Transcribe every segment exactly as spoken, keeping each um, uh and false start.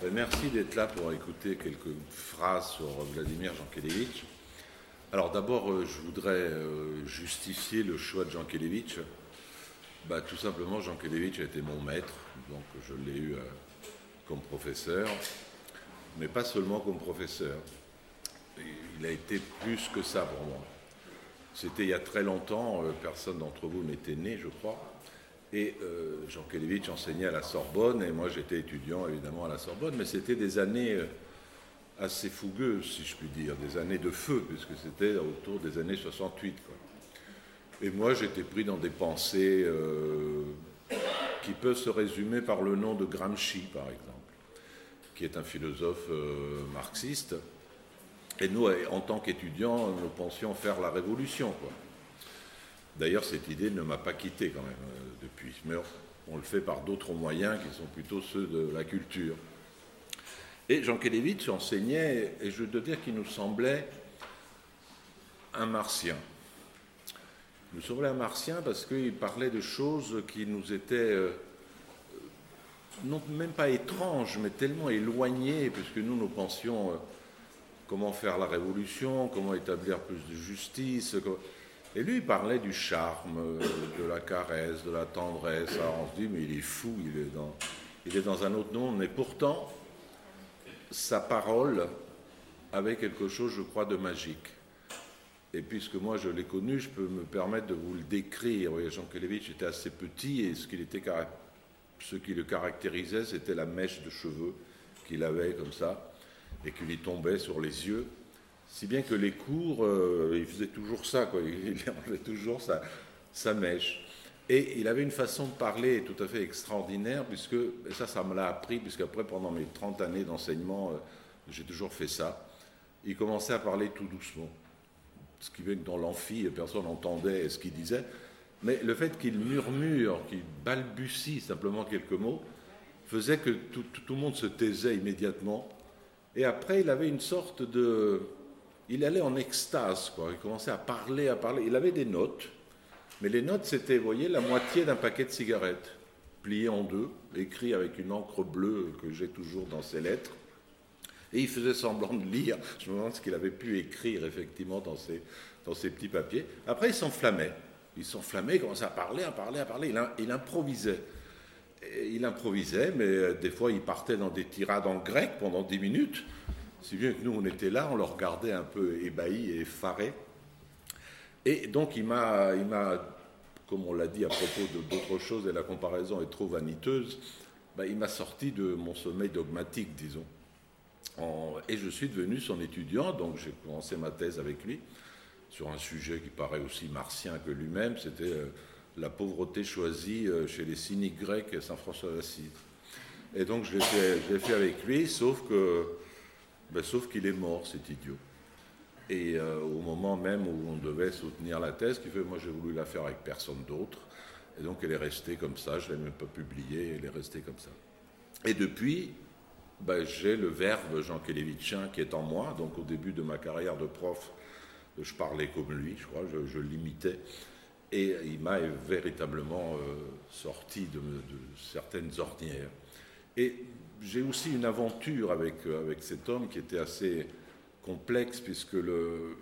Merci d'être là pour écouter quelques phrases sur Vladimir Jankélévitch. Alors d'abord, euh, je voudrais euh, justifier le choix de Jankélévitch. Bah, tout simplement, Jankélévitch a été mon maître, donc je l'ai eu euh, comme professeur, mais pas seulement comme professeur. Il a été plus que ça pour moi. C'était il y a très longtemps, euh, personne d'entre vous n'était né, je crois, et euh, Jankélévitch enseignait à la Sorbonne, et moi j'étais étudiant évidemment à la Sorbonne, mais c'était des années euh, assez fougueuses, si je puis dire, des années de feu, puisque c'était autour des années soixante-huit, quoi. Et moi j'étais pris dans des pensées euh, qui peuvent se résumer par le nom de Gramsci, par exemple, qui est un philosophe euh, marxiste. Et nous, en tant qu'étudiants, nous pensions faire la révolution, quoi. D'ailleurs, cette idée ne m'a pas quitté quand même euh, depuis. Mais on, on le fait par d'autres moyens qui sont plutôt ceux de la culture. Et Jankélévitch enseignait, et je dois dire qu'il nous semblait un martien. Il nous semblait un martien parce qu'il parlait de choses qui nous étaient, euh, non même pas étranges, mais tellement éloignées, puisque nous, nous pensions... Euh, comment faire la révolution, comment établir plus de justice. Et lui, il parlait du charme, de la caresse, de la tendresse. Alors on se dit, mais il est fou, il est dans, il est dans un autre monde. Mais pourtant, sa parole avait quelque chose, je crois, de magique. Et puisque moi, je l'ai connu, je peux me permettre de vous le décrire. Oui, Jankélévitch était assez petit, et ce, qu'il était, ce qui le caractérisait, c'était la mèche de cheveux qu'il avait comme ça, et qu'il lui tombait sur les yeux, si bien que les cours, euh, il faisait toujours ça, quoi. Il enlevait toujours sa, sa mèche. Et il avait une façon de parler tout à fait extraordinaire, puisque, et ça, ça me l'a appris, puisqu'après, pendant mes trente années d'enseignement, euh, j'ai toujours fait ça. Il commençait à parler tout doucement, ce qui fait que dans l'amphi, personne n'entendait ce qu'il disait, mais le fait qu'il murmure, qu'il balbutie simplement quelques mots, faisait que tout, tout, tout le monde se taisait immédiatement. Et après, il avait une sorte de... Il allait en extase, quoi. Il commençait à parler, à parler. Il avait des notes, mais les notes, c'était, vous voyez, la moitié d'un paquet de cigarettes, plié en deux, écrit avec une encre bleue que j'ai toujours dans ses lettres. Et il faisait semblant de lire. Je me demande ce qu'il avait pu écrire, effectivement, dans ses, dans ses petits papiers. Après, il s'enflammait. Il s'enflammait, il commençait à parler, à parler, à parler. Il, il improvisait. Il improvisait, mais des fois, il partait dans des tirades en grec pendant dix minutes, si bien que nous, on était là, on le regardait un peu ébahi et effaré. Et donc, il m'a, il m'a, comme on l'a dit à propos de, d'autres choses, et la comparaison est trop vaniteuse, ben, il m'a sorti de mon sommeil dogmatique, disons. En, et je suis devenu son étudiant, donc j'ai commencé ma thèse avec lui, sur un sujet qui paraît aussi martien que lui-même, c'était... Euh, la pauvreté choisie chez les cyniques grecs et Saint François d'Assise. Et donc je l'ai fait, je l'ai fait avec lui, sauf que, ben, sauf qu'il est mort, cet idiot. Et euh, au moment même où on devait soutenir la thèse, qui fait, moi j'ai voulu la faire avec personne d'autre, et donc elle est restée comme ça, je ne l'ai même pas publiée, elle est restée comme ça. Et depuis, ben, j'ai le verbe jankélévitchien qui est en moi, donc au début de ma carrière de prof, je parlais comme lui, je crois, je, je l'imitais. Et il m'a véritablement euh, sorti de, de certaines ornières. Et j'ai aussi une aventure avec, avec cet homme qui était assez complexe, puisque le...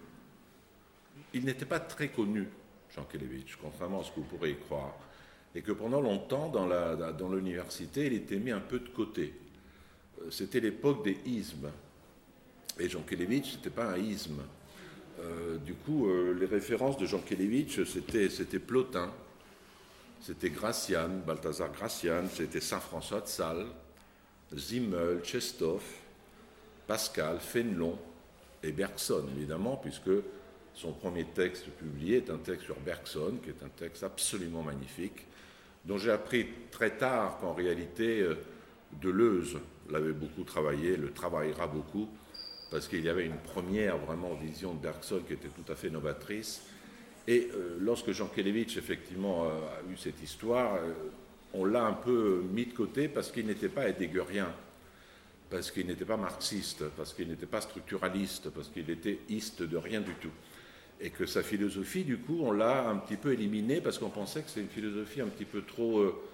il n'était pas très connu, Jankélévitch, contrairement à ce que vous pourrez y croire. Et que pendant longtemps, dans, la, dans l'université, il était mis un peu de côté. C'était l'époque des ismes. Et Jankélévitch, ce n'était pas un isme. Euh, du coup, euh, les références de Jankélévitch, c'était, c'était Plotin, c'était Gracian, Balthazar Gracian, c'était Saint François de Sales, Zimmel, Tchekhov, Pascal, Fénelon et Bergson, évidemment, puisque son premier texte publié est un texte sur Bergson, qui est un texte absolument magnifique, dont j'ai appris très tard qu'en réalité, euh, Deleuze l'avait beaucoup travaillé, le travaillera beaucoup, parce qu'il y avait une première vraiment vision de Bergson qui était tout à fait novatrice. Et euh, lorsque Jankélévitch, effectivement, euh, a eu cette histoire, euh, on l'a un peu mis de côté parce qu'il n'était pas heideggérien, parce qu'il n'était pas marxiste, parce qu'il n'était pas structuraliste, parce qu'il était iste de rien du tout. Et que sa philosophie, du coup, on l'a un petit peu éliminée parce qu'on pensait que c'est une philosophie un petit peu trop euh,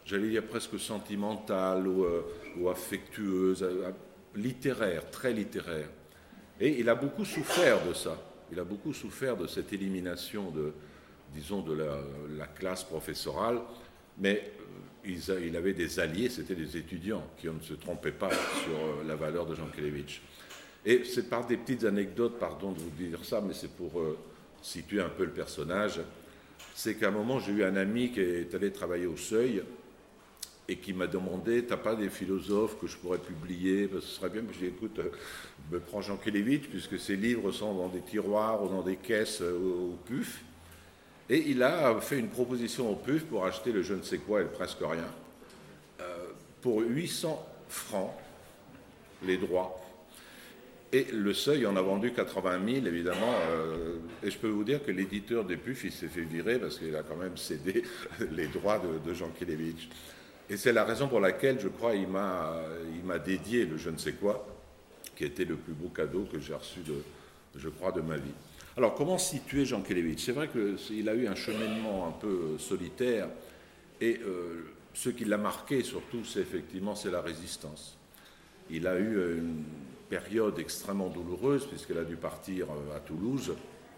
j'allais dire presque sentimentale ou, euh, ou affectueuse, euh, littéraire, très littéraire. Et il a beaucoup souffert de ça. Il a beaucoup souffert de cette élimination de, disons, de la, la classe professorale, mais il, il avait des alliés, c'était des étudiants qui ne se trompaient pas sur la valeur de Jankélévitch. Et c'est par des petites anecdotes, pardon de vous dire ça, mais c'est pour euh, situer un peu le personnage. C'est qu'à un moment, j'ai eu un ami qui est allé travailler au Seuil et qui m'a demandé, t'as pas des philosophes que je pourrais publier, parce que ce serait bien. Je lui ai dit, écoute, euh, me prends Jankélévitch, puisque ses livres sont dans des tiroirs ou dans des caisses euh, au, au P U F. Et il a fait une proposition au P U F pour acheter le je ne sais quoi et le presque rien, euh, pour huit cents francs, les droits. Et le Seuil en a vendu quatre-vingt mille, évidemment. Euh, et je peux vous dire que l'éditeur des P U F, il s'est fait virer parce qu'il a quand même cédé les droits de, de Jankélévitch. Et c'est la raison pour laquelle, je crois, il m'a, il m'a dédié le je ne sais quoi, qui était le plus beau cadeau que j'ai reçu, de, je crois, de ma vie. Alors, comment situer Jankélévitch? C'est vrai qu'il a eu un cheminement un peu solitaire, et euh, ce qui l'a marqué, surtout, c'est effectivement c'est la résistance. Il a eu une période extrêmement douloureuse, puisqu'il a dû partir à Toulouse,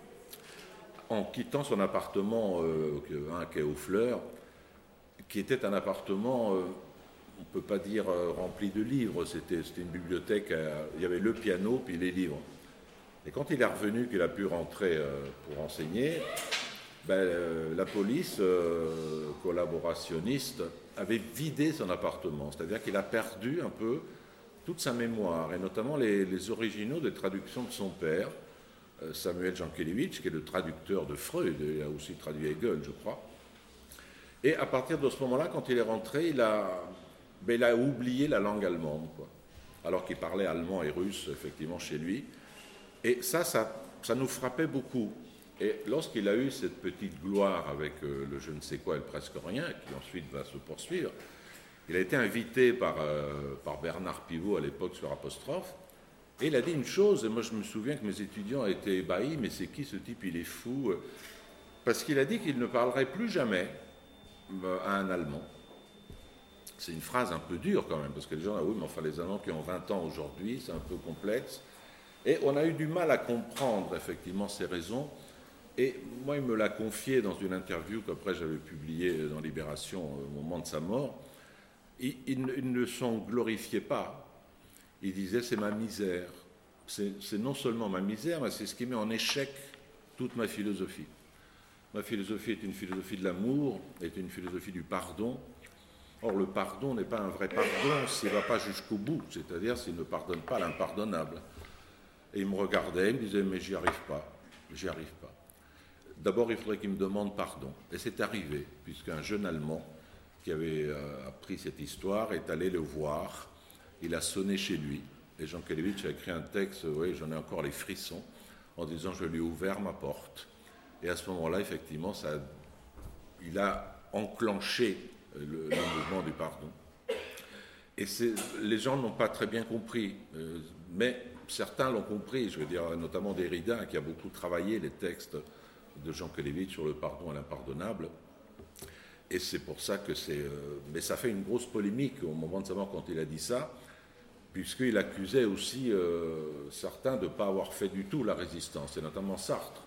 en quittant son appartement, euh, un quai aux Fleurs, qui était un appartement, euh, on ne peut pas dire euh, rempli de livres, c'était, c'était une bibliothèque, euh, il y avait le piano, puis les livres. Et quand il est revenu, qu'il a pu rentrer euh, pour enseigner, ben, euh, la police euh, collaborationniste avait vidé son appartement, c'est-à-dire qu'il a perdu un peu toute sa mémoire, et notamment les, les originaux des traductions de son père, euh, Samuel Jankélévitch, qui est le traducteur de Freud, il a aussi traduit Hegel, je crois. Et à partir de ce moment-là, quand il est rentré, il a, ben, il a oublié la langue allemande, quoi. Alors qu'il parlait allemand et russe, effectivement, chez lui. Et ça, ça, ça nous frappait beaucoup. Et lorsqu'il a eu cette petite gloire avec euh, le je ne sais quoi et le presque rien, qui ensuite va se poursuivre, il a été invité par, euh, par Bernard Pivot à l'époque sur Apostrophe, et il a dit une chose, et moi je me souviens que mes étudiants étaient ébahis, mais c'est qui ce type, il est fou, parce qu'il a dit qu'il ne parlerait plus jamais à un Allemand. C'est une phrase un peu dure quand même, parce que les gens, ah oui, mais enfin les Allemands qui ont vingt ans aujourd'hui, c'est un peu complexe. Et on a eu du mal à comprendre effectivement ces raisons. Et moi, il me l'a confié dans une interview qu'après j'avais publiée dans Libération au moment de sa mort. Il, il, il ne s'en glorifiait pas. Il disait, c'est ma misère. C'est, c'est non seulement ma misère, mais c'est ce qui met en échec toute ma philosophie. Ma philosophie est une philosophie de l'amour, est une philosophie du pardon. Or, le pardon n'est pas un vrai pardon s'il ne va pas jusqu'au bout, c'est-à-dire s'il ne pardonne pas l'impardonnable. Et il me regardait, il me disait, mais j'y arrive pas, j'y arrive pas. D'abord, il faudrait qu'il me demande pardon. Et c'est arrivé, puisqu'un jeune Allemand qui avait euh, appris cette histoire est allé le voir. Il a sonné chez lui. Et Jankélévitch a écrit un texte, oui, j'en ai encore les frissons, en disant, je lui ai ouvert ma porte. Et à ce moment-là, effectivement, ça, il a enclenché le, le mouvement du pardon. Et c'est, les gens n'ont pas très bien compris, euh, mais certains l'ont compris, je veux dire, notamment Derrida, qui a beaucoup travaillé les textes de Jankélévitch sur le pardon et l'impardonnable. Et c'est pour ça que c'est... Euh, mais ça fait une grosse polémique au moment de sa mort quand il a dit ça, puisqu'il accusait aussi euh, certains de ne pas avoir fait du tout la résistance, et notamment Sartre,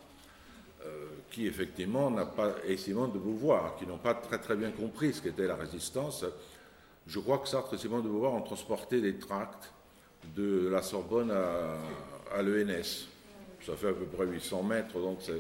qui effectivement n'a pas, et Simone de Beauvoir, qui n'ont pas très très bien compris ce qu'était la résistance. Je crois que Sartre et Simone de Beauvoir ont transporté des tracts de la Sorbonne à, à l'E N S. Ça fait à peu près huit cents mètres, donc c'est,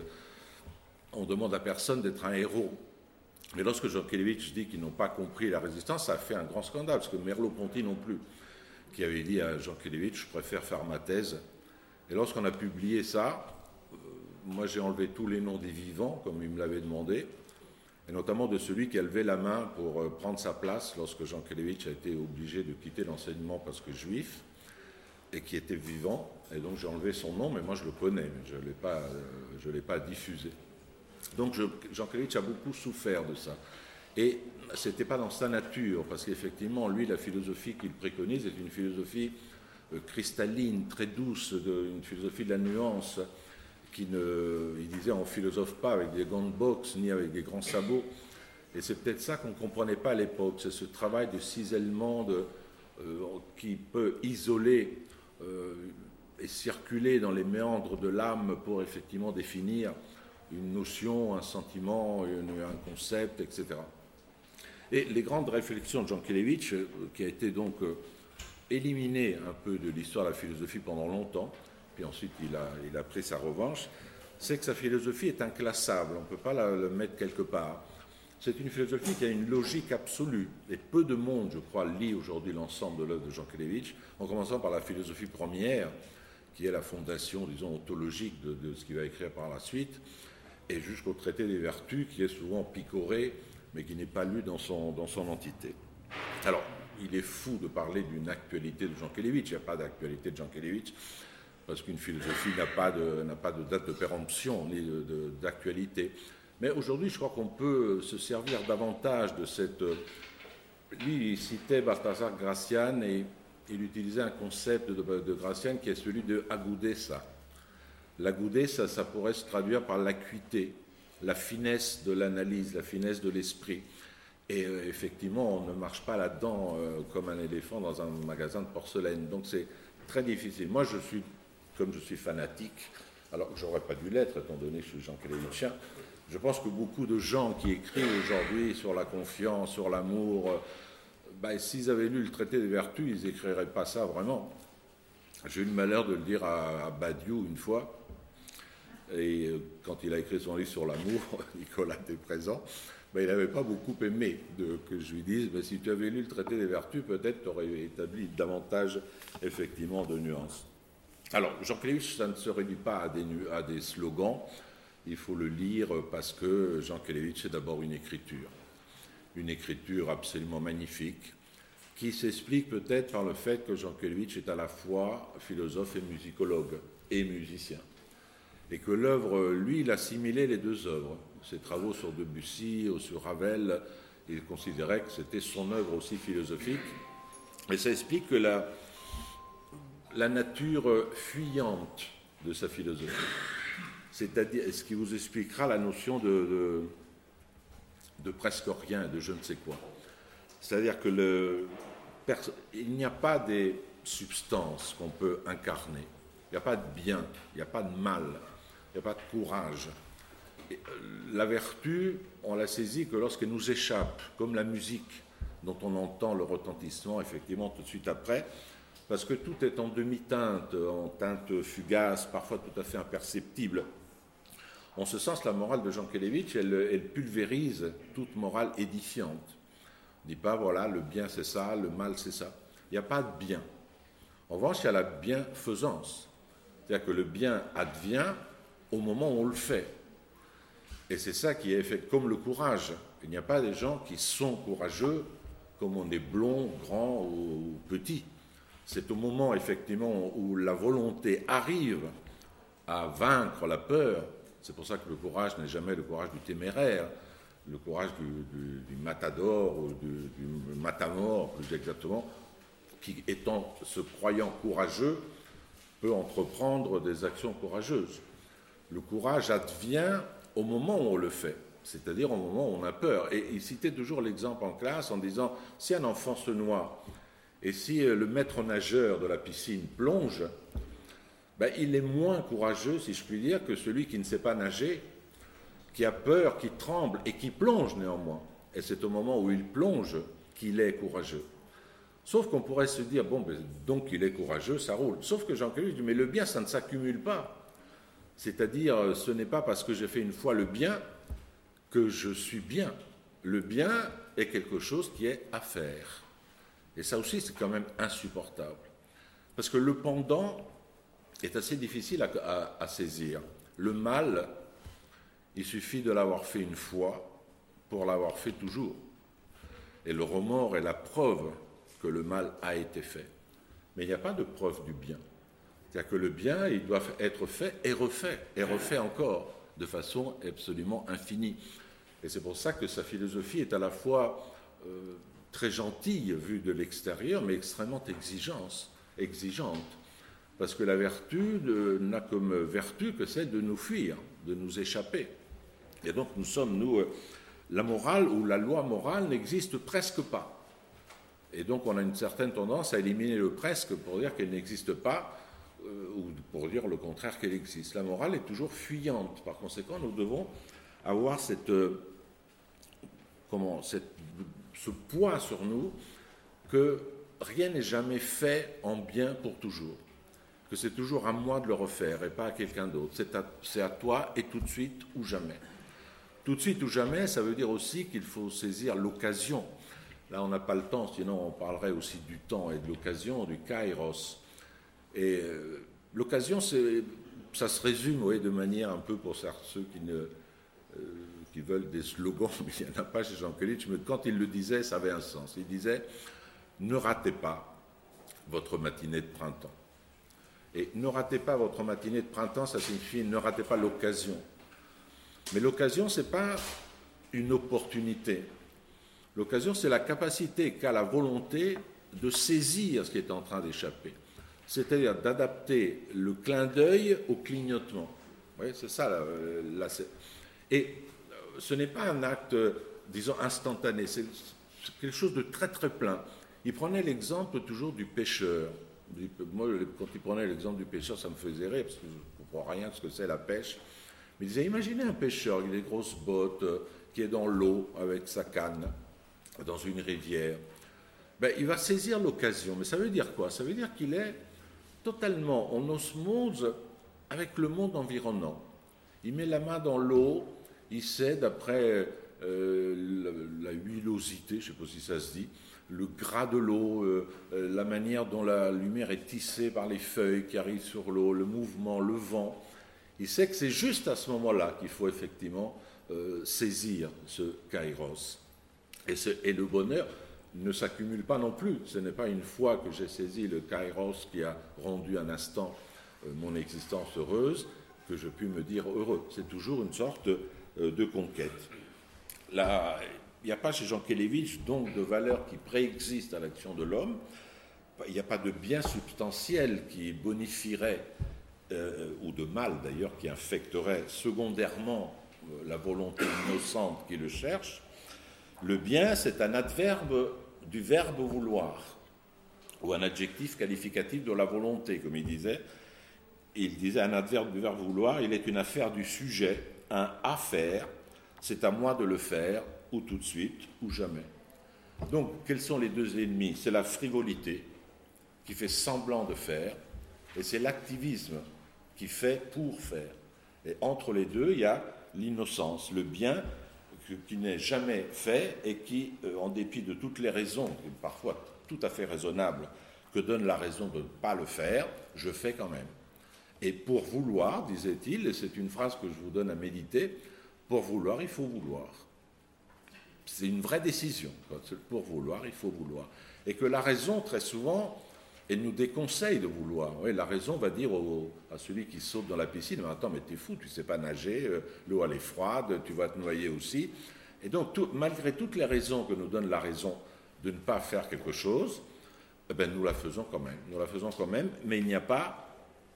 on demande à personne d'être un héros. Mais lorsque Jankélévitch dit qu'ils n'ont pas compris la résistance, ça a fait un grand scandale, parce que Merleau-Ponty non plus, qui avait dit à Jankélévitch, je préfère faire ma thèse. Et lorsqu'on a publié ça, moi, j'ai enlevé tous les noms des vivants, comme il me l'avait demandé, et notamment de celui qui a levé la main pour prendre sa place lorsque Jankélévitch a été obligé de quitter l'enseignement parce que juif, et qui était vivant. Et donc, j'ai enlevé son nom, mais moi, je le connais, mais je ne l'ai pas, je l'ai pas diffusé. Donc, Jankélévitch a beaucoup souffert de ça. Et ce n'était pas dans sa nature, parce qu'effectivement, lui, la philosophie qu'il préconise est une philosophie cristalline, très douce, de, une philosophie de la nuance, qui ne, il disait, on ne philosophe pas avec des gants de boxe ni avec des grands sabots. Et c'est peut-être ça qu'on ne comprenait pas à l'époque, c'est ce travail de cisèlement de, euh, qui peut isoler euh, et circuler dans les méandres de l'âme pour effectivement définir une notion, un sentiment, une, un concept, et cetera. Et les grandes réflexions de Jankélévitch, euh, qui a été donc euh, éliminé un peu de l'histoire de la philosophie pendant longtemps, puis ensuite il a, il a pris sa revanche, c'est que sa philosophie est inclassable, on ne peut pas la, la mettre quelque part. C'est une philosophie qui a une logique absolue, et peu de monde, je crois, lit aujourd'hui l'ensemble de l'œuvre de Jankélévitch, en commençant par la philosophie première, qui est la fondation, disons, ontologique de, de ce qu'il va écrire par la suite, et jusqu'au traité des vertus, qui est souvent picoré, mais qui n'est pas lu dans son, dans son entité. Alors, il est fou de parler d'une actualité de Jankélévitch, il n'y a pas d'actualité de Jankélévitch, parce qu'une philosophie n'a pas de, n'a pas de date de péremption, ni de, de, d'actualité. Mais aujourd'hui, je crois qu'on peut se servir davantage de cette... Lui, il citait Balthazar Gracian et il utilisait un concept de, de Gracian qui est celui de agudeza. L'agudeza, ça pourrait se traduire par l'acuité, la finesse de l'analyse, la finesse de l'esprit. Et euh, effectivement, on ne marche pas là-dedans euh, comme un éléphant dans un magasin de porcelaine. Donc c'est très difficile. Moi, je suis, comme je suis fanatique, alors que je n'aurais pas dû l'être, étant donné que je suis jankélévitchien, je pense que beaucoup de gens qui écrivent aujourd'hui sur la confiance, sur l'amour, euh, ben, s'ils avaient lu le traité des vertus, ils n'écriraient pas ça vraiment. J'ai eu le malheur de le dire à, à Badiou une fois, et euh, quand il a écrit son livre sur l'amour, Nicolas était présent, ben, il n'avait pas beaucoup aimé de, que je lui dise ben, si tu avais lu le traité des vertus, peut-être tu aurais établi davantage effectivement de nuances. Alors, Jankélévitch, ça ne se réduit pas à des, à des slogans. Il faut le lire parce que Jankélévitch, c'est d'abord une écriture. Une écriture absolument magnifique qui s'explique peut-être par le fait que Jankélévitch est à la fois philosophe et musicologue et musicien. Et que l'œuvre, lui, il assimilait les deux œuvres. Ses travaux sur Debussy ou sur Ravel, il considérait que c'était son œuvre aussi philosophique. Et ça explique que la, la nature fuyante de sa philosophie, c'est-à-dire ce qui vous expliquera la notion de, de, de presque rien, de je ne sais quoi. C'est-à-dire que le, il n'y a pas des substances qu'on peut incarner. Il n'y a pas de bien, il n'y a pas de mal, il n'y a pas de courage. Et la vertu, on la saisit que lorsqu'elle nous échappe, comme la musique, dont on entend le retentissement effectivement tout de suite après, parce que tout est en demi-teinte, en teinte fugace, parfois tout à fait imperceptible. En ce sens, la morale de Jankélévitch, elle, elle pulvérise toute morale édifiante. On ne dit pas, voilà, le bien c'est ça, le mal c'est ça. Il n'y a pas de bien. En revanche, il y a la bienfaisance. C'est-à-dire que le bien advient au moment où on le fait. Et c'est ça qui est fait, comme le courage. Il n'y a pas des gens qui sont courageux comme on est blond, grand ou petit. C'est au moment, effectivement, où la volonté arrive à vaincre la peur. C'est pour ça que le courage n'est jamais le courage du téméraire, le courage du, du, du matador ou du, du matamor, plus exactement, qui, étant se croyant courageux, peut entreprendre des actions courageuses. Le courage advient au moment où on le fait, c'est-à-dire au moment où on a peur. Et il citait toujours l'exemple en classe en disant, si un enfant se noie, et si le maître nageur de la piscine plonge, ben, il est moins courageux, si je puis dire, que celui qui ne sait pas nager, qui a peur, qui tremble et qui plonge néanmoins. Et c'est au moment où il plonge qu'il est courageux. Sauf qu'on pourrait se dire, bon, ben, donc il est courageux, ça roule. Sauf que Jankélévitch dit, mais le bien, ça ne s'accumule pas. C'est-à-dire, ce n'est pas parce que j'ai fait une fois le bien que je suis bien. Le bien est quelque chose qui est à faire. Et ça aussi, c'est quand même insupportable. Parce que le pendant est assez difficile à, à, à saisir. Le mal, il suffit de l'avoir fait une fois pour l'avoir fait toujours. Et le remords est la preuve que le mal a été fait. Mais il n'y a pas de preuve du bien. C'est-à-dire que le bien, il doit être fait et refait, et refait encore, de façon absolument infinie. Et c'est pour ça que sa philosophie est à la fois euh, très gentille, vue de l'extérieur, mais extrêmement exigeante, exigeante. Parce que la vertu euh, n'a comme vertu que celle de nous fuir, de nous échapper. Et donc nous sommes, nous, euh, la morale ou la loi morale n'existe presque pas. Et donc on a une certaine tendance à éliminer le presque pour dire qu'elle n'existe pas, euh, ou pour dire le contraire qu'elle existe. La morale est toujours fuyante. Par conséquent, nous devons avoir cette, euh, comment, cette, ce poids sur nous que rien n'est jamais fait en bien pour toujours. Que c'est toujours à moi de le refaire et pas à quelqu'un d'autre. C'est à, c'est à toi et tout de suite ou jamais. Tout de suite ou jamais, ça veut dire aussi qu'il faut saisir l'occasion. Là, on n'a pas le temps, sinon on parlerait aussi du temps et de l'occasion, du kairos. Et euh, l'occasion, c'est, ça se résume, oui, de manière un peu pour ceux qui, ne, euh, qui veulent des slogans, mais il n'y en a pas chez Jean Kelevitch, mais quand il le disait, ça avait un sens. Il disait « Ne ratez pas votre matinée de printemps ». Et ne ratez pas votre matinée de printemps, ça signifie ne ratez pas l'occasion. Mais l'occasion, ce n'est pas une opportunité. L'occasion, c'est la capacité qu'a la volonté de saisir ce qui est en train d'échapper. C'est-à-dire d'adapter le clin d'œil au clignotement. Oui, c'est ça. Là, là, c'est... Et ce n'est pas un acte, disons, instantané. C'est quelque chose de très, très plein. Il prenait l'exemple toujours du pêcheur. Moi, quand il prenait l'exemple du pêcheur, ça me faisait rire, parce que je ne comprends rien de ce que c'est la pêche. Mais il disait, imaginez un pêcheur, il a des grosses bottes, euh, qui est dans l'eau avec sa canne, dans une rivière. Ben, il va saisir l'occasion. Mais ça veut dire quoi? Ça veut dire qu'il est totalement en osmose avec le monde environnant. Il met la main dans l'eau, il sait, d'après euh, la, la huilosité, je ne sais pas si ça se dit, le gras de l'eau, euh, la manière dont la lumière est tissée par les feuilles qui arrivent sur l'eau, le mouvement, le vent. Il sait que c'est juste à ce moment-là qu'il faut effectivement euh, saisir ce kairos. Et, ce, et le bonheur ne s'accumule pas non plus. Ce n'est pas une fois que j'ai saisi le kairos qui a rendu un instant euh, mon existence heureuse que je puis me dire heureux. C'est toujours une sorte euh, de conquête. Là, il n'y a pas chez Jean Kelevitch donc de valeur qui préexiste à l'action de l'homme. Il n'y a pas de bien substantiel qui bonifierait, euh, ou de mal d'ailleurs, qui infecterait secondairement euh, la volonté innocente qui le cherche. Le bien, c'est un adverbe du verbe vouloir, ou un adjectif qualificatif de la volonté, comme il disait. Il disait un adverbe du verbe vouloir, il est une affaire du sujet, un à faire, c'est à moi de le faire, ou tout de suite, ou jamais. Donc, quels sont les deux ennemis? C'est la frivolité, qui fait semblant de faire, et c'est l'activisme, qui fait pour faire. Et entre les deux, il y a l'innocence, le bien qui n'est jamais fait et qui, en dépit de toutes les raisons, parfois tout à fait raisonnables, que donne la raison de ne pas le faire, je fais quand même. Et pour vouloir, disait-il, et c'est une phrase que je vous donne à méditer, pour vouloir, il faut vouloir. C'est une vraie décision. Pour vouloir, il faut vouloir. Et que la raison, très souvent, elle nous déconseille de vouloir. Oui, la raison va dire au, à celui qui saute dans la piscine, mais attends, mais t'es fou, tu ne sais pas nager, euh, l'eau elle est froide, tu vas te noyer aussi. Et donc, tout, malgré toutes les raisons que nous donne la raison de ne pas faire quelque chose, eh bien, nous la faisons quand même. Nous la faisons quand même, mais il n'y a pas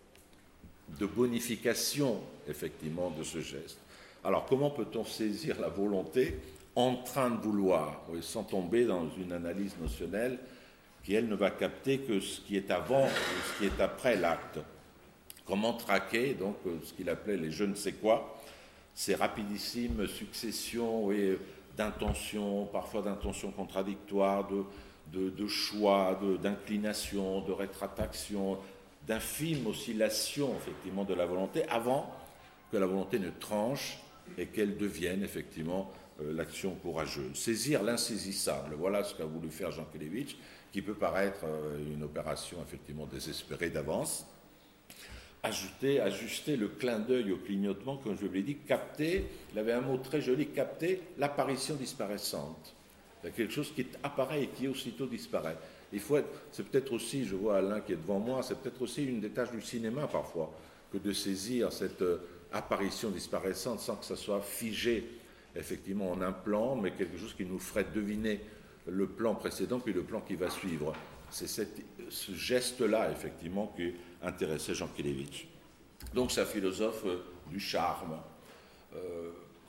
de bonification, effectivement, de ce geste. Alors, comment peut-on saisir la volonté en train de vouloir, oui, sans tomber dans une analyse notionnelle qui, elle, ne va capter que ce qui est avant ou ce qui est après l'acte. Comment traquer, donc, ce qu'il appelait les je ne sais quoi, ces rapidissimes successions oui, d'intentions, parfois d'intentions contradictoires, de, de, de choix, de, d'inclinations, de rétractations, d'infimes oscillations, effectivement, de la volonté, avant que la volonté ne tranche et qu'elle devienne, effectivement, euh, l'action courageuse. Saisir l'insaisissable, voilà ce qu'a voulu faire Jean Kelevitch, qui peut paraître une opération effectivement désespérée d'avance. Ajouter, ajuster le clin d'œil au clignotement, comme je l'ai dit, capter, il avait un mot très joli, capter l'apparition disparaissante. Il y a quelque chose qui apparaît et qui aussitôt disparaît. Il faut être, c'est peut-être aussi, je vois Alain qui est devant moi, c'est peut-être aussi une des tâches du cinéma parfois, que de saisir cette apparition disparaissante sans que ça soit figé effectivement en un plan, mais quelque chose qui nous ferait deviner le plan précédent, puis le plan qui va suivre. C'est cette, ce geste-là, effectivement, qui intéressait Jean Kelevitch. Donc, c'est un philosophe euh, du charme. Euh,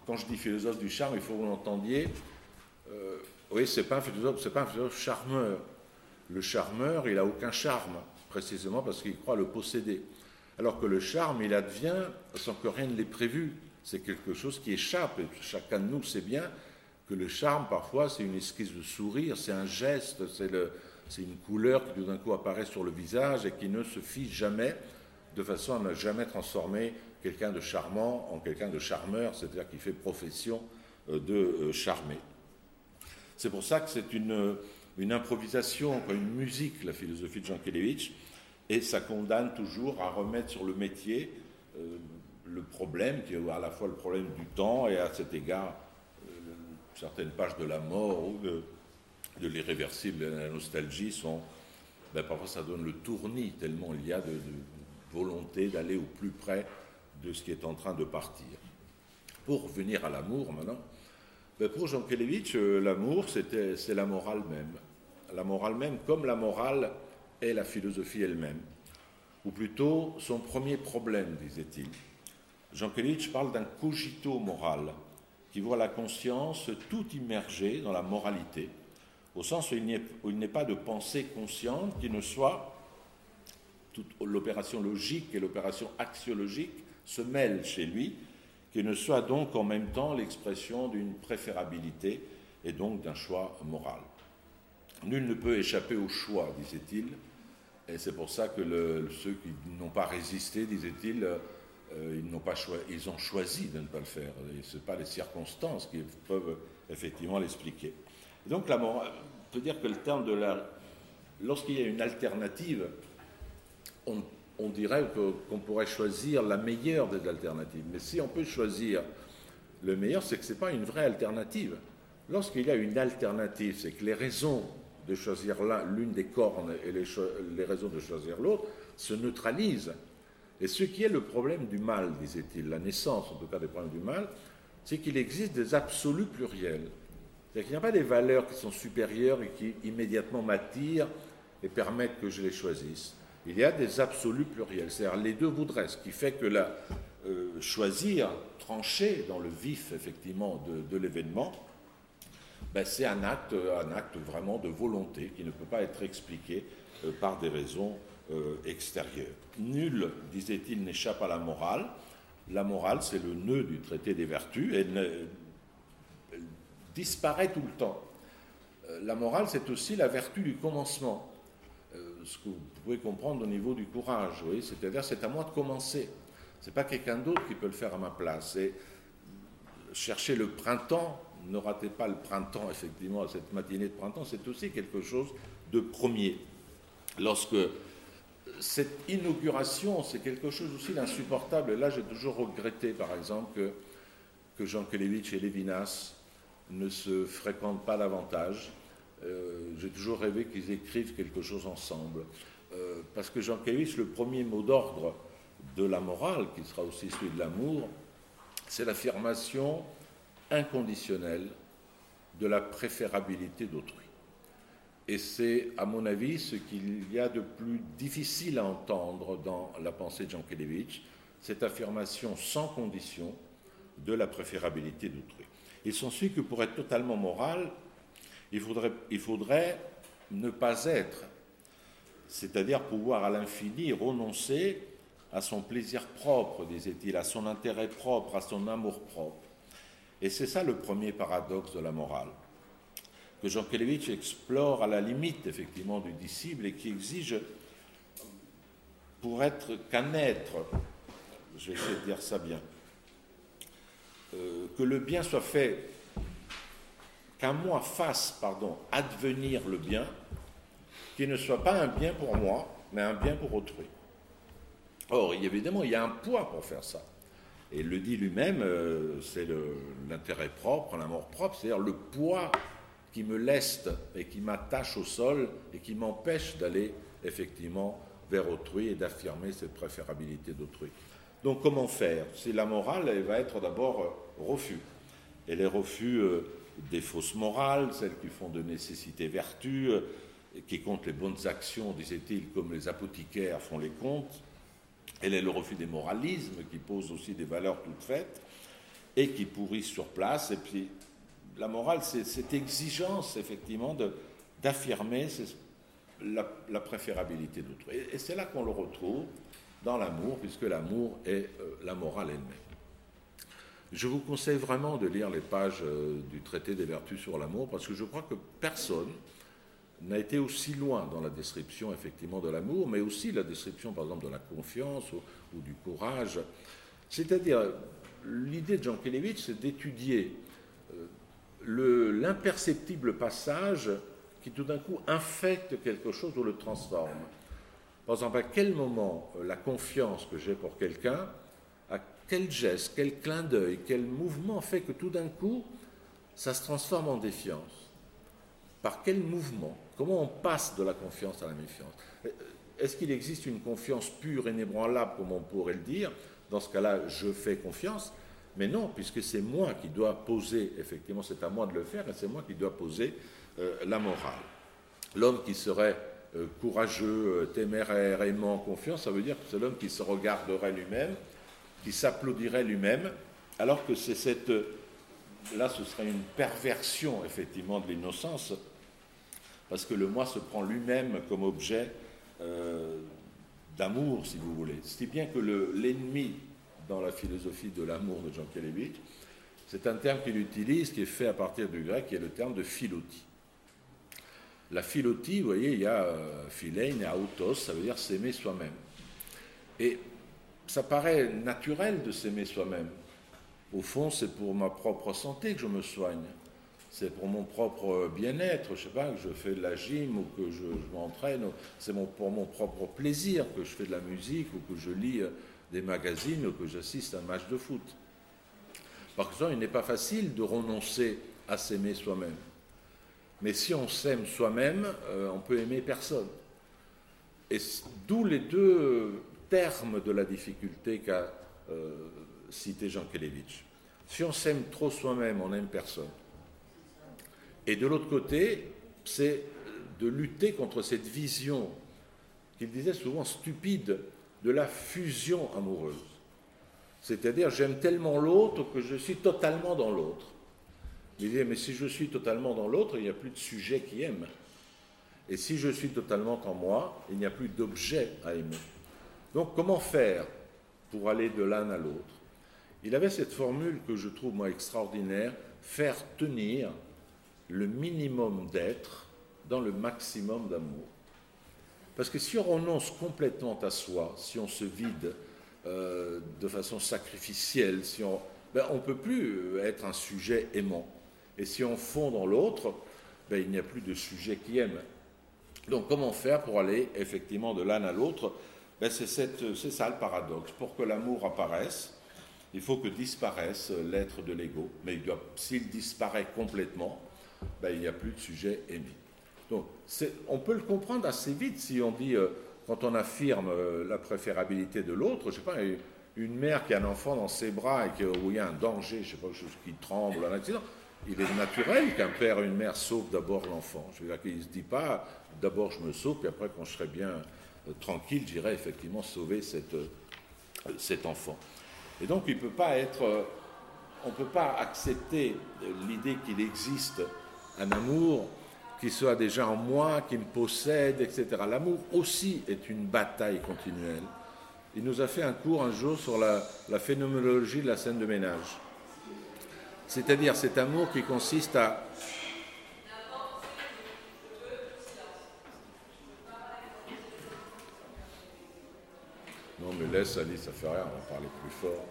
quand je dis philosophe du charme, il faut que vous l'entendiez. Euh, oui, ce n'est pas un philosophe, c'est pas un philosophe charmeur. Le charmeur, il n'a aucun charme, précisément parce qu'il croit le posséder. Alors que le charme, il advient sans que rien ne l'ait prévu. C'est quelque chose qui échappe. Et chacun de nous sait bien que le charme, parfois, c'est une esquisse de sourire, c'est un geste, c'est, le, c'est une couleur qui tout d'un coup apparaît sur le visage et qui ne se fiche jamais, de façon à ne jamais transformer quelqu'un de charmant en quelqu'un de charmeur, c'est-à-dire qui fait profession de charmer. C'est pour ça que c'est une, une improvisation, une musique, la philosophie de Jankélévitch, et ça condamne toujours à remettre sur le métier euh, le problème, qui est à la fois le problème du temps et à cet égard euh, certaines pages de la mort ou de, de l'irréversible et de la nostalgie sont, ben, parfois ça donne le tournis tellement il y a de, de volonté d'aller au plus près de ce qui est en train de partir. Pour revenir à l'amour maintenant, ben, pour Jankélévitch, euh, l'amour c'était, c'est la morale même. La morale même comme la morale est la philosophie elle-même, ou plutôt son premier problème, disait-il. Jankélévitch parle d'un cogito moral qui voit la conscience tout immergée dans la moralité, au sens où il, n'est, où il n'est pas de pensée consciente qui ne soit, toute l'opération logique et l'opération axiologique se mêlent chez lui, qui ne soit donc en même temps l'expression d'une préférabilité et donc d'un choix moral. Nul ne peut échapper au choix, disait-il, et c'est pour ça que le, ceux qui n'ont pas résisté, disait-il, euh, ils, n'ont pas choi- ils ont choisi de ne pas le faire. Et ce n'est pas les circonstances qui peuvent effectivement l'expliquer. Et donc, la morale, on peut dire que le terme de la... Lorsqu'il y a une alternative, on, on dirait que, qu'on pourrait choisir la meilleure des alternatives. Mais si on peut choisir le meilleur, c'est que ce n'est pas une vraie alternative. Lorsqu'il y a une alternative, c'est que les raisons de choisir l'un, l'une des cornes et les, cho- les raisons de choisir l'autre se neutralisent. Et ce qui est le problème du mal, disait-il, la naissance en tout cas des problèmes du mal, c'est qu'il existe des absolus pluriels. C'est-à-dire qu'il n'y a pas des valeurs qui sont supérieures et qui immédiatement m'attirent et permettent que je les choisisse. Il y a des absolus pluriels, c'est-à-dire les deux voudraient, ce qui fait que la, euh, choisir, trancher dans le vif effectivement de, de l'événement, ben, c'est un acte, un acte vraiment de volonté qui ne peut pas être expliqué euh, par des raisons euh, extérieures. Nul, disait-il, n'échappe à la morale. La morale, c'est le nœud du traité des vertus. Elle, ne, elle disparaît tout le temps. Euh, la morale, c'est aussi la vertu du commencement. Euh, ce que vous pouvez comprendre au niveau du courage, vous voyez, c'est-à-dire c'est à moi de commencer. Ce n'est pas quelqu'un d'autre qui peut le faire à ma place. Et chercher le printemps, ne ratez pas le printemps, effectivement, à cette matinée de printemps, c'est aussi quelque chose de premier. Lorsque cette inauguration, c'est quelque chose aussi d'insupportable. Et là, j'ai toujours regretté, par exemple, que, que Jankélévitch et Lévinas ne se fréquentent pas davantage. Euh, j'ai toujours rêvé qu'ils écrivent quelque chose ensemble. Euh, parce que Jankélévitch, le premier mot d'ordre de la morale, qui sera aussi celui de l'amour, c'est l'affirmation inconditionnelle de la préférabilité d'autrui. Et c'est, à mon avis, ce qu'il y a de plus difficile à entendre dans la pensée de Jankélévitch, cette affirmation sans condition de la préférabilité d'autrui. Il s'ensuit que pour être totalement moral, il faudrait, il faudrait ne pas être, c'est-à-dire pouvoir à l'infini renoncer à son plaisir propre, disait-il, à son intérêt propre, à son amour propre. Et c'est ça le premier paradoxe de la morale, que Jankélévitch explore à la limite, effectivement, du disciple et qui exige, pour être qu'un être, je vais essayer de dire ça bien, euh, que le bien soit fait, qu'un moi fasse, pardon, advenir le bien, qui ne soit pas un bien pour moi, mais un bien pour autrui. Or, évidemment, il y a un poids pour faire ça. Et il le dit lui-même, euh, c'est le, l'intérêt propre, l'amour propre, c'est-à-dire le poids qui me leste et qui m'attache au sol et qui m'empêche d'aller effectivement vers autrui et d'affirmer cette préférabilité d'autrui. Donc comment faire? C'est la morale, elle va être d'abord euh, refus. Et les refus euh, des fausses morales, celles qui font de nécessité vertu, euh, qui comptent les bonnes actions, disait-il, comme les apothicaires font les comptes. Elle est le refus des moralismes, qui posent aussi des valeurs toutes faites. et qui pourrissent sur place. Et puis, la morale, c'est cette exigence, effectivement, de, d'affirmer la, la préférabilité d'autrui. Et, et c'est là qu'on le retrouve dans l'amour, puisque l'amour est euh, la morale elle-même. Je vous conseille vraiment de lire les pages euh, du traité des vertus sur l'amour, parce que je crois que personne n'a été aussi loin dans la description, effectivement, de l'amour, mais aussi la description, par exemple, de la confiance ou, ou du courage. C'est-à-dire, l'idée de Jankélévitch, c'est d'étudier euh, le, l'imperceptible passage qui, tout d'un coup, infecte quelque chose ou le transforme. Par exemple, à quel moment euh, la confiance que j'ai pour quelqu'un, à quel geste, quel clin d'œil, quel mouvement fait que tout d'un coup, ça se transforme en défiance? Par quel mouvement? Comment on passe de la confiance à la méfiance? Est-ce qu'il existe une confiance pure et inébranlable, comme on pourrait le dire? Dans ce cas-là, je fais confiance. Mais non, puisque c'est moi qui dois poser, effectivement, c'est à moi de le faire, et c'est moi qui dois poser euh, la morale. L'homme qui serait euh, courageux, euh, téméraire, aimant, confiant, ça veut dire que c'est l'homme qui se regarderait lui-même, qui s'applaudirait lui-même, alors que c'est cette... Là, ce serait une perversion, effectivement, de l'innocence, parce que le moi se prend lui-même comme objet euh, d'amour, si vous voulez. Si bien que le, l'ennemi, dans la philosophie de l'amour de Jankélévitch, c'est un terme qu'il utilise, qui est fait à partir du grec, qui est le terme de philotie. La philotie, vous voyez, il y a euh, philein et autos, ça veut dire s'aimer soi-même. Et ça paraît naturel de s'aimer soi-même. Au fond, c'est pour ma propre santé que je me soigne. C'est pour mon propre bien-être, je sais pas, que je fais de la gym ou que je, je m'entraîne. C'est mon, pour mon propre plaisir que je fais de la musique ou que je lis des magazines ou que j'assiste à un match de foot. Par exemple, il n'est pas facile de renoncer à s'aimer soi-même. Mais si on s'aime soi-même, euh, on peut aimer personne. Et d'où les deux termes de la difficulté qu'a euh, cité Jankélévitch. Si on s'aime trop soi-même, on n'aime personne. Et de l'autre côté, c'est de lutter contre cette vision qu'il disait souvent stupide de la fusion amoureuse. C'est-à-dire, j'aime tellement l'autre que je suis totalement dans l'autre. Il disait, mais si je suis totalement dans l'autre, il n'y a plus de sujet qui aime. Et si je suis totalement en moi, il n'y a plus d'objet à aimer. Donc, comment faire pour aller de l'un à l'autre? Il avait cette formule que je trouve, moi, extraordinaire, faire tenir le minimum d'être dans le maximum d'amour. Parce que si on renonce complètement à soi, si on se vide euh, de façon sacrificielle, si on ben, on ne peut plus être un sujet aimant. Et si on fond dans l'autre, ben, il n'y a plus de sujet qui aime. Donc comment faire pour aller effectivement de l'un à l'autre? Ben, c'est, cette, c'est ça le paradoxe. Pour que l'amour apparaisse, il faut que disparaisse l'être de l'ego. Mais il doit, s'il disparaît complètement, ben, il n'y a plus de sujet aimé. Donc c'est, on peut le comprendre assez vite si on dit, euh, quand on affirme euh, la préférabilité de l'autre, je ne sais pas, une mère qui a un enfant dans ses bras et qui, où il y a un danger, je ne sais pas, quelque chose qui tremble, un accident, il est naturel qu'un père et une mère sauvent d'abord l'enfant. Je veux dire qu'il ne se dit pas, d'abord je me sauve, puis après quand je serai bien euh, tranquille, j'irai effectivement sauver cette, euh, cet enfant. Et donc il ne peut pas être, euh, on ne peut pas accepter l'idée qu'il existe un amour qui soit déjà en moi, qui me possède, et cetera. L'amour aussi est une bataille continuelle. Il nous a fait un cours un jour sur la, la phénoménologie de la scène de ménage. C'est-à-dire cet amour qui consiste à... Non mais laisse Alice, ça fait rien, on va parler plus fort.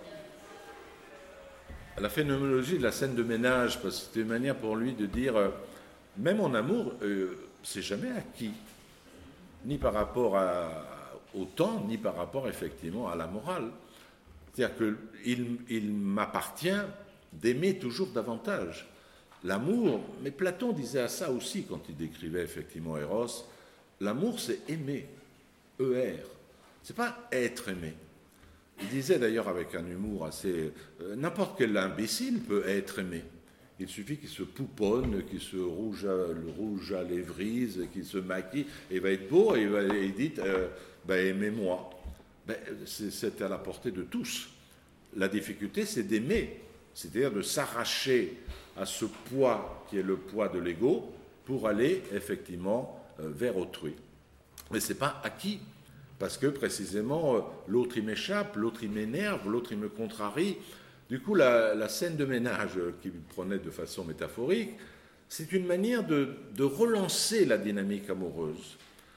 La phénoménologie de la scène de ménage, parce que c'était une manière pour lui de dire, euh, même en amour, euh, c'est jamais acquis, ni par rapport à, au temps, ni par rapport effectivement à la morale. C'est-à-dire qu'il il m'appartient d'aimer toujours davantage. L'amour, mais Platon disait à ça aussi quand il décrivait effectivement Eros, l'amour c'est aimer, E R, c'est pas être aimé. Il disait d'ailleurs avec un humour assez... Euh, n'importe quel imbécile peut être aimé. Il suffit qu'il se pouponne, qu'il se rouge à, le rouge à lèvrise, qu'il se maquille, et il va être beau, et il, va, et il dit euh, ben, aimez-moi. Ben, c'est, c'est à la portée de tous. La difficulté, c'est d'aimer c'est-à-dire de s'arracher à ce poids qui est le poids de l'ego pour aller effectivement euh, vers autrui. Mais ce n'est pas acquis, parce que précisément euh, l'autre il m'échappe, l'autre il m'énerve, l'autre il me contrarie. Du coup, la, la scène de ménage euh, qu'il prenait de façon métaphorique, c'est une manière de, de relancer la dynamique amoureuse.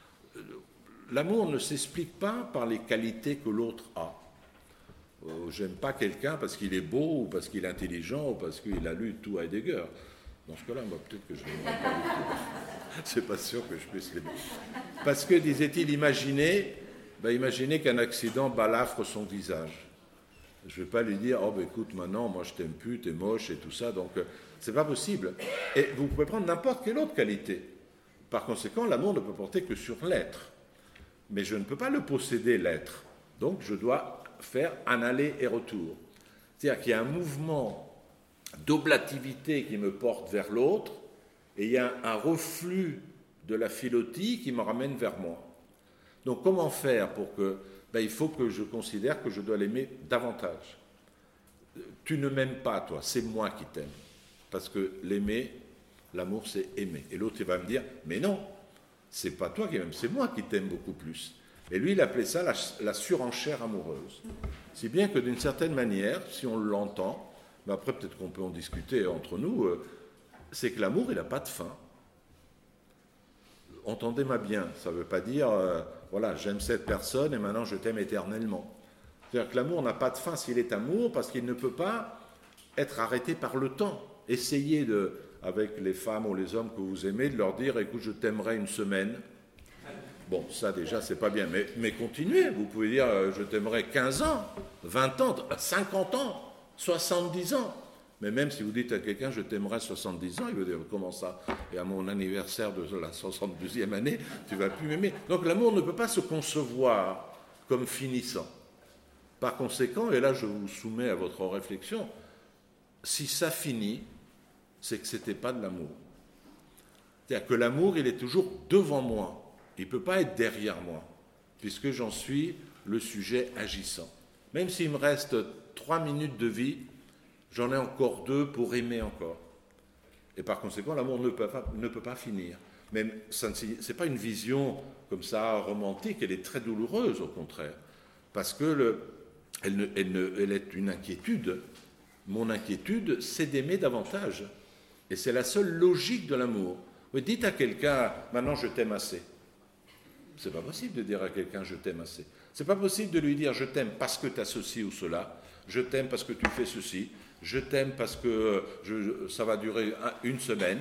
L'amour ne s'explique pas par les qualités que l'autre a. Euh, j'aime pas quelqu'un parce qu'il est beau, ou parce qu'il est intelligent, ou parce qu'il a lu tout Heidegger. Dans ce cas-là, moi, peut-être que je n'aimerais pas du tout. C'est pas sûr que je puisse l'aimer. Parce que, disait-il, imaginez, ben, imaginez qu'un accident balafre son visage. Je ne vais pas lui dire, oh ben écoute, maintenant, moi je t'aime plus, t'es moche et tout ça, donc euh, c'est pas possible. Et vous pouvez prendre n'importe quelle autre qualité. Par conséquent, l'amour ne peut porter que sur l'être. Mais je ne peux pas le posséder, l'être. Donc je dois faire un aller et retour. C'est-à-dire qu'il y a un mouvement d'oblativité qui me porte vers l'autre, et il y a un reflux de la philotie qui me ramène vers moi. Donc comment faire pour que... Ben, il faut que je considère que je dois l'aimer davantage. Tu ne m'aimes pas, toi, c'est moi qui t'aime. Parce que l'aimer, l'amour, c'est aimer. Et l'autre, il va me dire, mais non, c'est pas toi qui m'aimes, c'est moi qui t'aime beaucoup plus. Et lui, il appelait ça la, la surenchère amoureuse. Si bien que d'une certaine manière, si on l'entend, mais après peut-être qu'on peut en discuter entre nous, euh, c'est que l'amour, il n'a pas de fin. Entendez-moi bien, ça ne veut pas dire, euh, voilà, j'aime cette personne et maintenant je t'aime éternellement. C'est-à-dire que l'amour n'a pas de fin s'il est amour, parce qu'il ne peut pas être arrêté par le temps. Essayez, de, avec les femmes ou les hommes que vous aimez, de leur dire, écoute, je t'aimerai une semaine. Bon, ça déjà, c'est pas bien, mais, mais continuez. Vous pouvez dire, euh, je t'aimerai quinze ans, vingt ans, cinquante ans, soixante-dix ans. Mais même si vous dites à quelqu'un, je t'aimerai soixante-dix ans, il veut dire, comment ça? Et à mon anniversaire de la soixante-douzième année, tu ne vas plus m'aimer. Donc l'amour ne peut pas se concevoir comme finissant. Par conséquent, et là je vous soumets à votre réflexion, si ça finit, c'est que ce n'était pas de l'amour. C'est-à-dire que l'amour, il est toujours devant moi. Il ne peut pas être derrière moi, puisque j'en suis le sujet agissant. Même s'il me reste trois minutes de vie, j'en ai encore deux pour aimer encore. Et par conséquent, l'amour ne peut pas, ne peut pas finir. Mais ce n'est pas une vision comme ça romantique, elle est très douloureuse au contraire. Parce que le, elle, ne, elle, ne, elle est une inquiétude. Mon inquiétude, c'est d'aimer davantage. Et c'est la seule logique de l'amour. Vous dites à quelqu'un, maintenant je t'aime assez. C'est pas possible de dire à quelqu'un, je t'aime assez. C'est pas possible de lui dire, je t'aime parce que tu as ceci ou cela. Je t'aime parce que tu fais ceci. Je t'aime parce que je, ça va durer une semaine.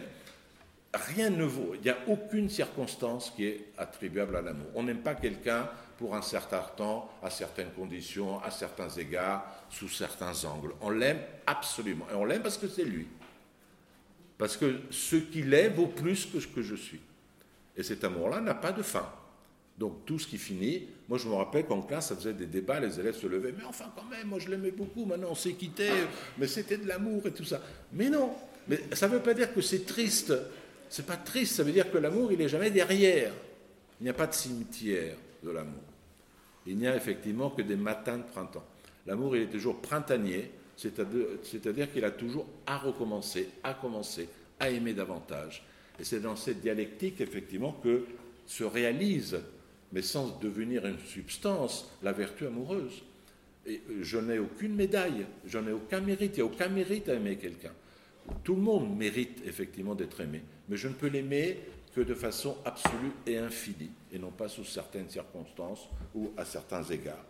Rien ne vaut. Il n'y a aucune circonstance qui est attribuable à l'amour. On n'aime pas quelqu'un pour un certain temps, à certaines conditions, à certains égards, sous certains angles. On l'aime absolument. Et on l'aime parce que c'est lui. Parce que ce qu'il est vaut plus que ce que je suis. Et cet amour-là n'a pas de fin. Donc tout ce qui finit, moi je me rappelle qu'en classe ça faisait des débats, les élèves se levaient, mais enfin quand même, moi je l'aimais beaucoup, maintenant on s'est quitté, mais c'était de l'amour et tout ça. Mais non, mais ça ne veut pas dire que c'est triste, c'est pas triste, ça veut dire que l'amour il n'est jamais derrière. Il n'y a pas de cimetière de l'amour. Il n'y a effectivement que des matins de printemps. L'amour il est toujours printanier, c'est-à-dire, c'est-à-dire qu'il a toujours à recommencer, à commencer, à aimer davantage. Et c'est dans cette dialectique effectivement que se réalise, mais sans devenir une substance, la vertu amoureuse. Et je n'ai aucune médaille, je n'ai aucun mérite, il n'y a aucun mérite à aimer quelqu'un. Tout le monde mérite effectivement d'être aimé, mais je ne peux l'aimer que de façon absolue et infinie, et non pas sous certaines circonstances ou à certains égards.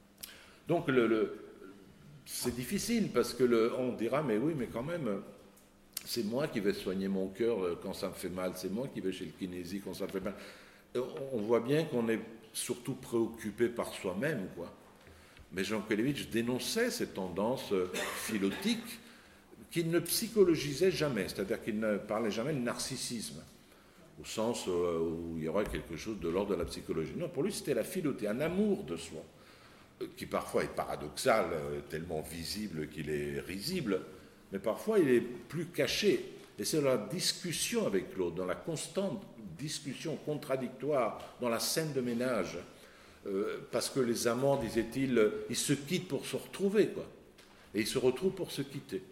Donc le, le, c'est difficile, parce que le, on dira, mais oui, mais quand même, c'est moi qui vais soigner mon cœur quand ça me fait mal, c'est moi qui vais chez le kinési quand ça me fait mal. On voit bien qu'on est surtout préoccupé par soi-même, quoi. Mais Jean Kelevitch dénonçait ces tendances philotiques qu'il ne psychologisait jamais, c'est-à-dire qu'il ne parlait jamais de narcissisme, au sens où il y aurait quelque chose de l'ordre de la psychologie. Non, pour lui, c'était la philotie, un amour de soi, qui parfois est paradoxal, tellement visible qu'il est risible, mais parfois il est plus caché. Et c'est dans la discussion avec l'autre, dans la constante discussion contradictoire, dans la scène de ménage, euh, parce que les amants, disait-il, ils se quittent pour se retrouver, quoi. Et ils se retrouvent pour se quitter.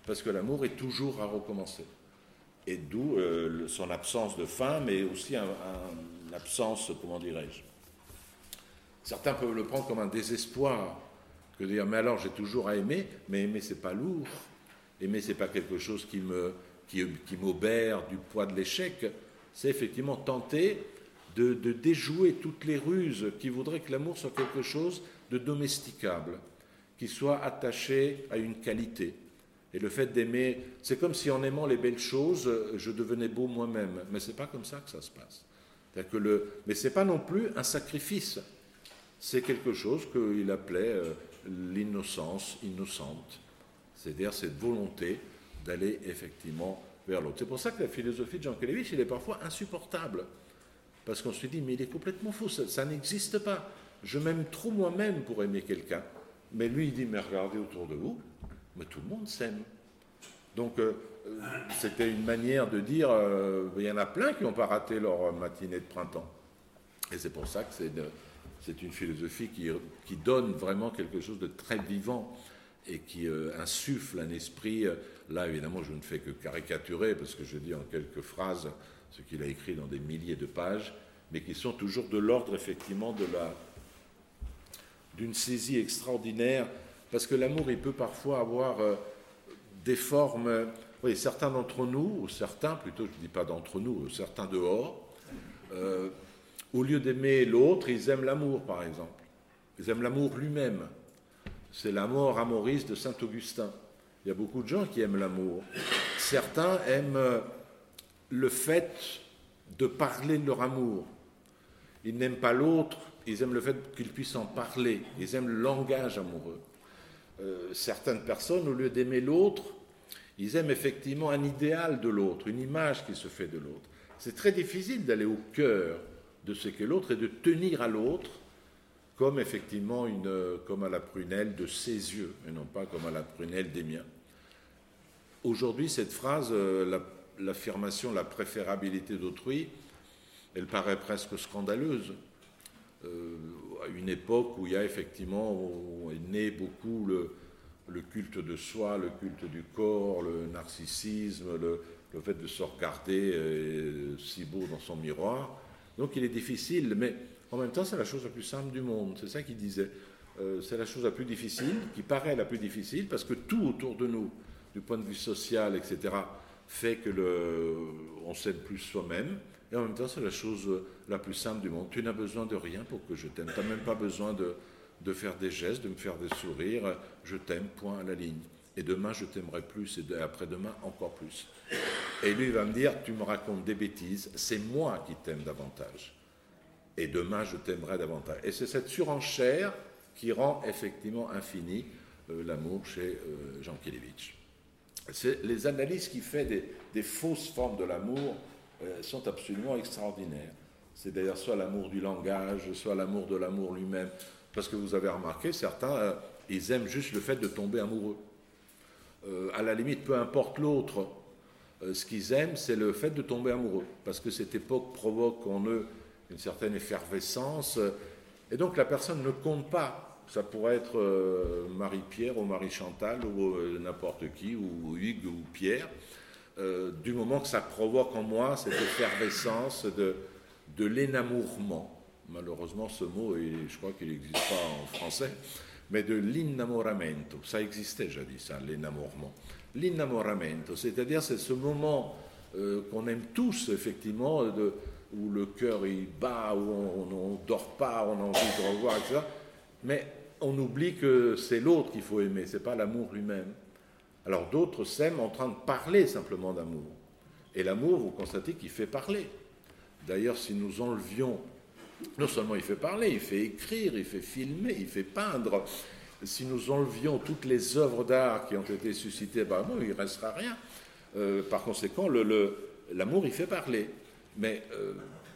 parce que l'amour est toujours à recommencer. Et d'où euh, son absence de fin, mais aussi un, un, une absence, comment dirais-je. Certains peuvent le prendre comme un désespoir, que de dire, mais alors j'ai toujours à aimer, mais aimer c'est pas lourd, aimer c'est pas quelque chose qui me, qui, qui m'obère du poids de l'échec, c'est effectivement tenter de, de déjouer toutes les ruses qui voudraient que l'amour soit quelque chose de domesticable, qui soit attaché à une qualité. Et le fait d'aimer, c'est comme si en aimant les belles choses, je devenais beau moi-même. Mais ce n'est pas comme ça que ça se passe. C'est-à-dire que le, mais ce n'est pas non plus un sacrifice. C'est quelque chose qu'il appelait euh, l'innocence innocente. C'est-à-dire cette volonté d'aller effectivement vers l'autre. C'est pour ça que la philosophie de Jankélévitch, elle est parfois insupportable. Parce qu'on se dit, mais il est complètement fou, ça, ça n'existe pas. Je m'aime trop moi-même pour aimer quelqu'un. Mais lui, il dit, mais regardez autour de vous, mais tout le monde s'aime. Donc, euh, c'était une manière de dire, euh, il y en a plein qui n'ont pas raté leur matinée de printemps. Et c'est pour ça que c'est, de, c'est une philosophie qui, qui donne vraiment quelque chose de très vivant et qui euh, insuffle un esprit. Là, évidemment, je ne fais que caricaturer, parce que je dis en quelques phrases ce qu'il a écrit dans des milliers de pages, mais qui sont toujours de l'ordre, effectivement, de la, d'une saisie extraordinaire. Parce que l'amour, il peut parfois avoir euh, des formes. Euh, oui, certains d'entre nous, ou certains, plutôt, je ne dis pas d'entre nous, certains dehors, euh, au lieu d'aimer l'autre, ils aiment l'amour, par exemple. Ils aiment l'amour lui-même. C'est l'amour amoriste de Saint-Augustin. Il y a beaucoup de gens qui aiment l'amour. Certains aiment euh, le fait de parler de leur amour. Ils n'aiment pas l'autre, ils aiment le fait qu'ils puissent en parler. Ils aiment le langage amoureux. Euh, certaines personnes, au lieu d'aimer l'autre, ils aiment effectivement un idéal de l'autre, une image qui se fait de l'autre. C'est très difficile d'aller au cœur de ce qu'est l'autre et de tenir à l'autre comme effectivement une, comme à la prunelle de ses yeux, et non pas comme à la prunelle des miens. Aujourd'hui, cette phrase, euh, la, l'affirmation, la préférabilité d'autrui, elle paraît presque scandaleuse. Euh, à une époque où il y a effectivement, où est né beaucoup le, le culte de soi, le culte du corps, le narcissisme, le, le fait de se regarder euh, si beau dans son miroir. Donc il est difficile, mais en même temps c'est la chose la plus simple du monde, c'est ça qu'il disait. Euh, c'est la chose la plus difficile, qui paraît la plus difficile, parce que tout autour de nous, du point de vue social, et cetera, fait que le, on s'aime plus soi-même. Et en même temps, c'est la chose la plus simple du monde. Tu n'as besoin de rien pour que je t'aime. Tu n'as même pas besoin de, de faire des gestes, de me faire des sourires. Je t'aime, point à la ligne. Et demain, je t'aimerai plus, et après-demain, encore plus. Et lui, il va me dire, tu me racontes des bêtises, c'est moi qui t'aime davantage. Et demain, je t'aimerai davantage. Et c'est cette surenchère qui rend effectivement infini euh, l'amour chez euh, Jankélévitch. C'est les analyses qu'il fait des, des fausses formes de l'amour sont absolument extraordinaires. C'est d'ailleurs soit l'amour du langage, soit l'amour de l'amour lui-même. Parce que vous avez remarqué, certains, euh, ils aiment juste le fait de tomber amoureux. Euh, à la limite, peu importe l'autre, euh, ce qu'ils aiment, c'est le fait de tomber amoureux. Parce que cette époque provoque en eux une certaine effervescence. Euh, et donc la personne ne compte pas. Ça pourrait être euh, Marie-Pierre ou Marie-Chantal ou euh, n'importe qui, ou Hugues ou Pierre. Euh, du moment que ça provoque en moi cette effervescence de, de l'énamourement. Malheureusement, ce mot, je crois qu'il n'existe pas en français, mais de l'innamoramento. Ça existait jadis, ça, l'énamourement. L'innamoramento, c'est-à-dire c'est ce moment euh, qu'on aime tous, effectivement, de, où le cœur il bat, où on ne dort pas, on a envie de revoir, et cetera. Mais on oublie que c'est l'autre qu'il faut aimer, ce n'est pas l'amour lui-même. Alors d'autres s'aiment en train de parler simplement d'amour. Et l'amour, vous constatez qu'il fait parler. D'ailleurs, si nous enlevions, non seulement il fait parler, il fait écrire, il fait filmer, il fait peindre. Si nous enlevions toutes les œuvres d'art qui ont été suscitées par l'amour, il ne restera rien. Euh, par conséquent, le, le, l'amour, il fait parler. Mais euh,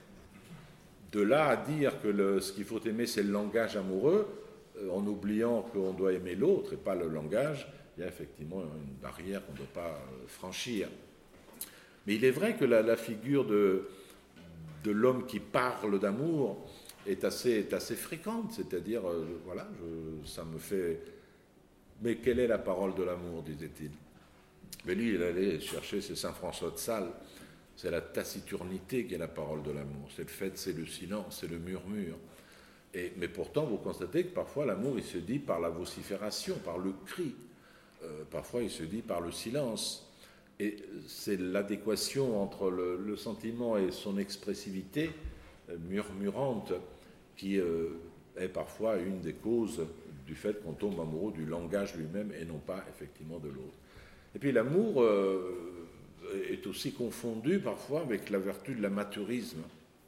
de là à dire que le, ce qu'il faut aimer, c'est le langage amoureux, euh, en oubliant qu'on doit aimer l'autre et pas le langage, il y a effectivement une barrière qu'on ne doit pas franchir. Mais il est vrai que la, la figure de, de l'homme qui parle d'amour est assez, est assez fréquente, c'est-à-dire, euh, voilà, je, ça me fait... Mais quelle est la parole de l'amour, disait-il? Mais lui, il allait chercher, c'est Saint François de Sales, c'est la taciturnité qui est la parole de l'amour. C'est le fait, c'est le silence, c'est le murmure. Et, mais pourtant, vous constatez que parfois l'amour, il se dit par la vocifération, par le cri. Euh, parfois, il se dit par le silence. Et c'est l'adéquation entre le, le sentiment et son expressivité euh, murmurante qui euh, est parfois une des causes du fait qu'on tombe amoureux du langage lui-même et non pas effectivement de l'autre. Et puis l'amour euh, est aussi confondu parfois avec la vertu de l'amateurisme.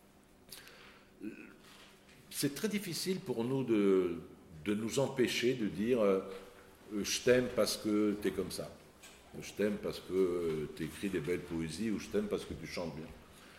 C'est très difficile pour nous de, de nous empêcher de dire euh, « je t'aime parce que t'es comme ça ». Je t'aime parce que tu écris des belles poésies ou je t'aime parce que tu chantes bien.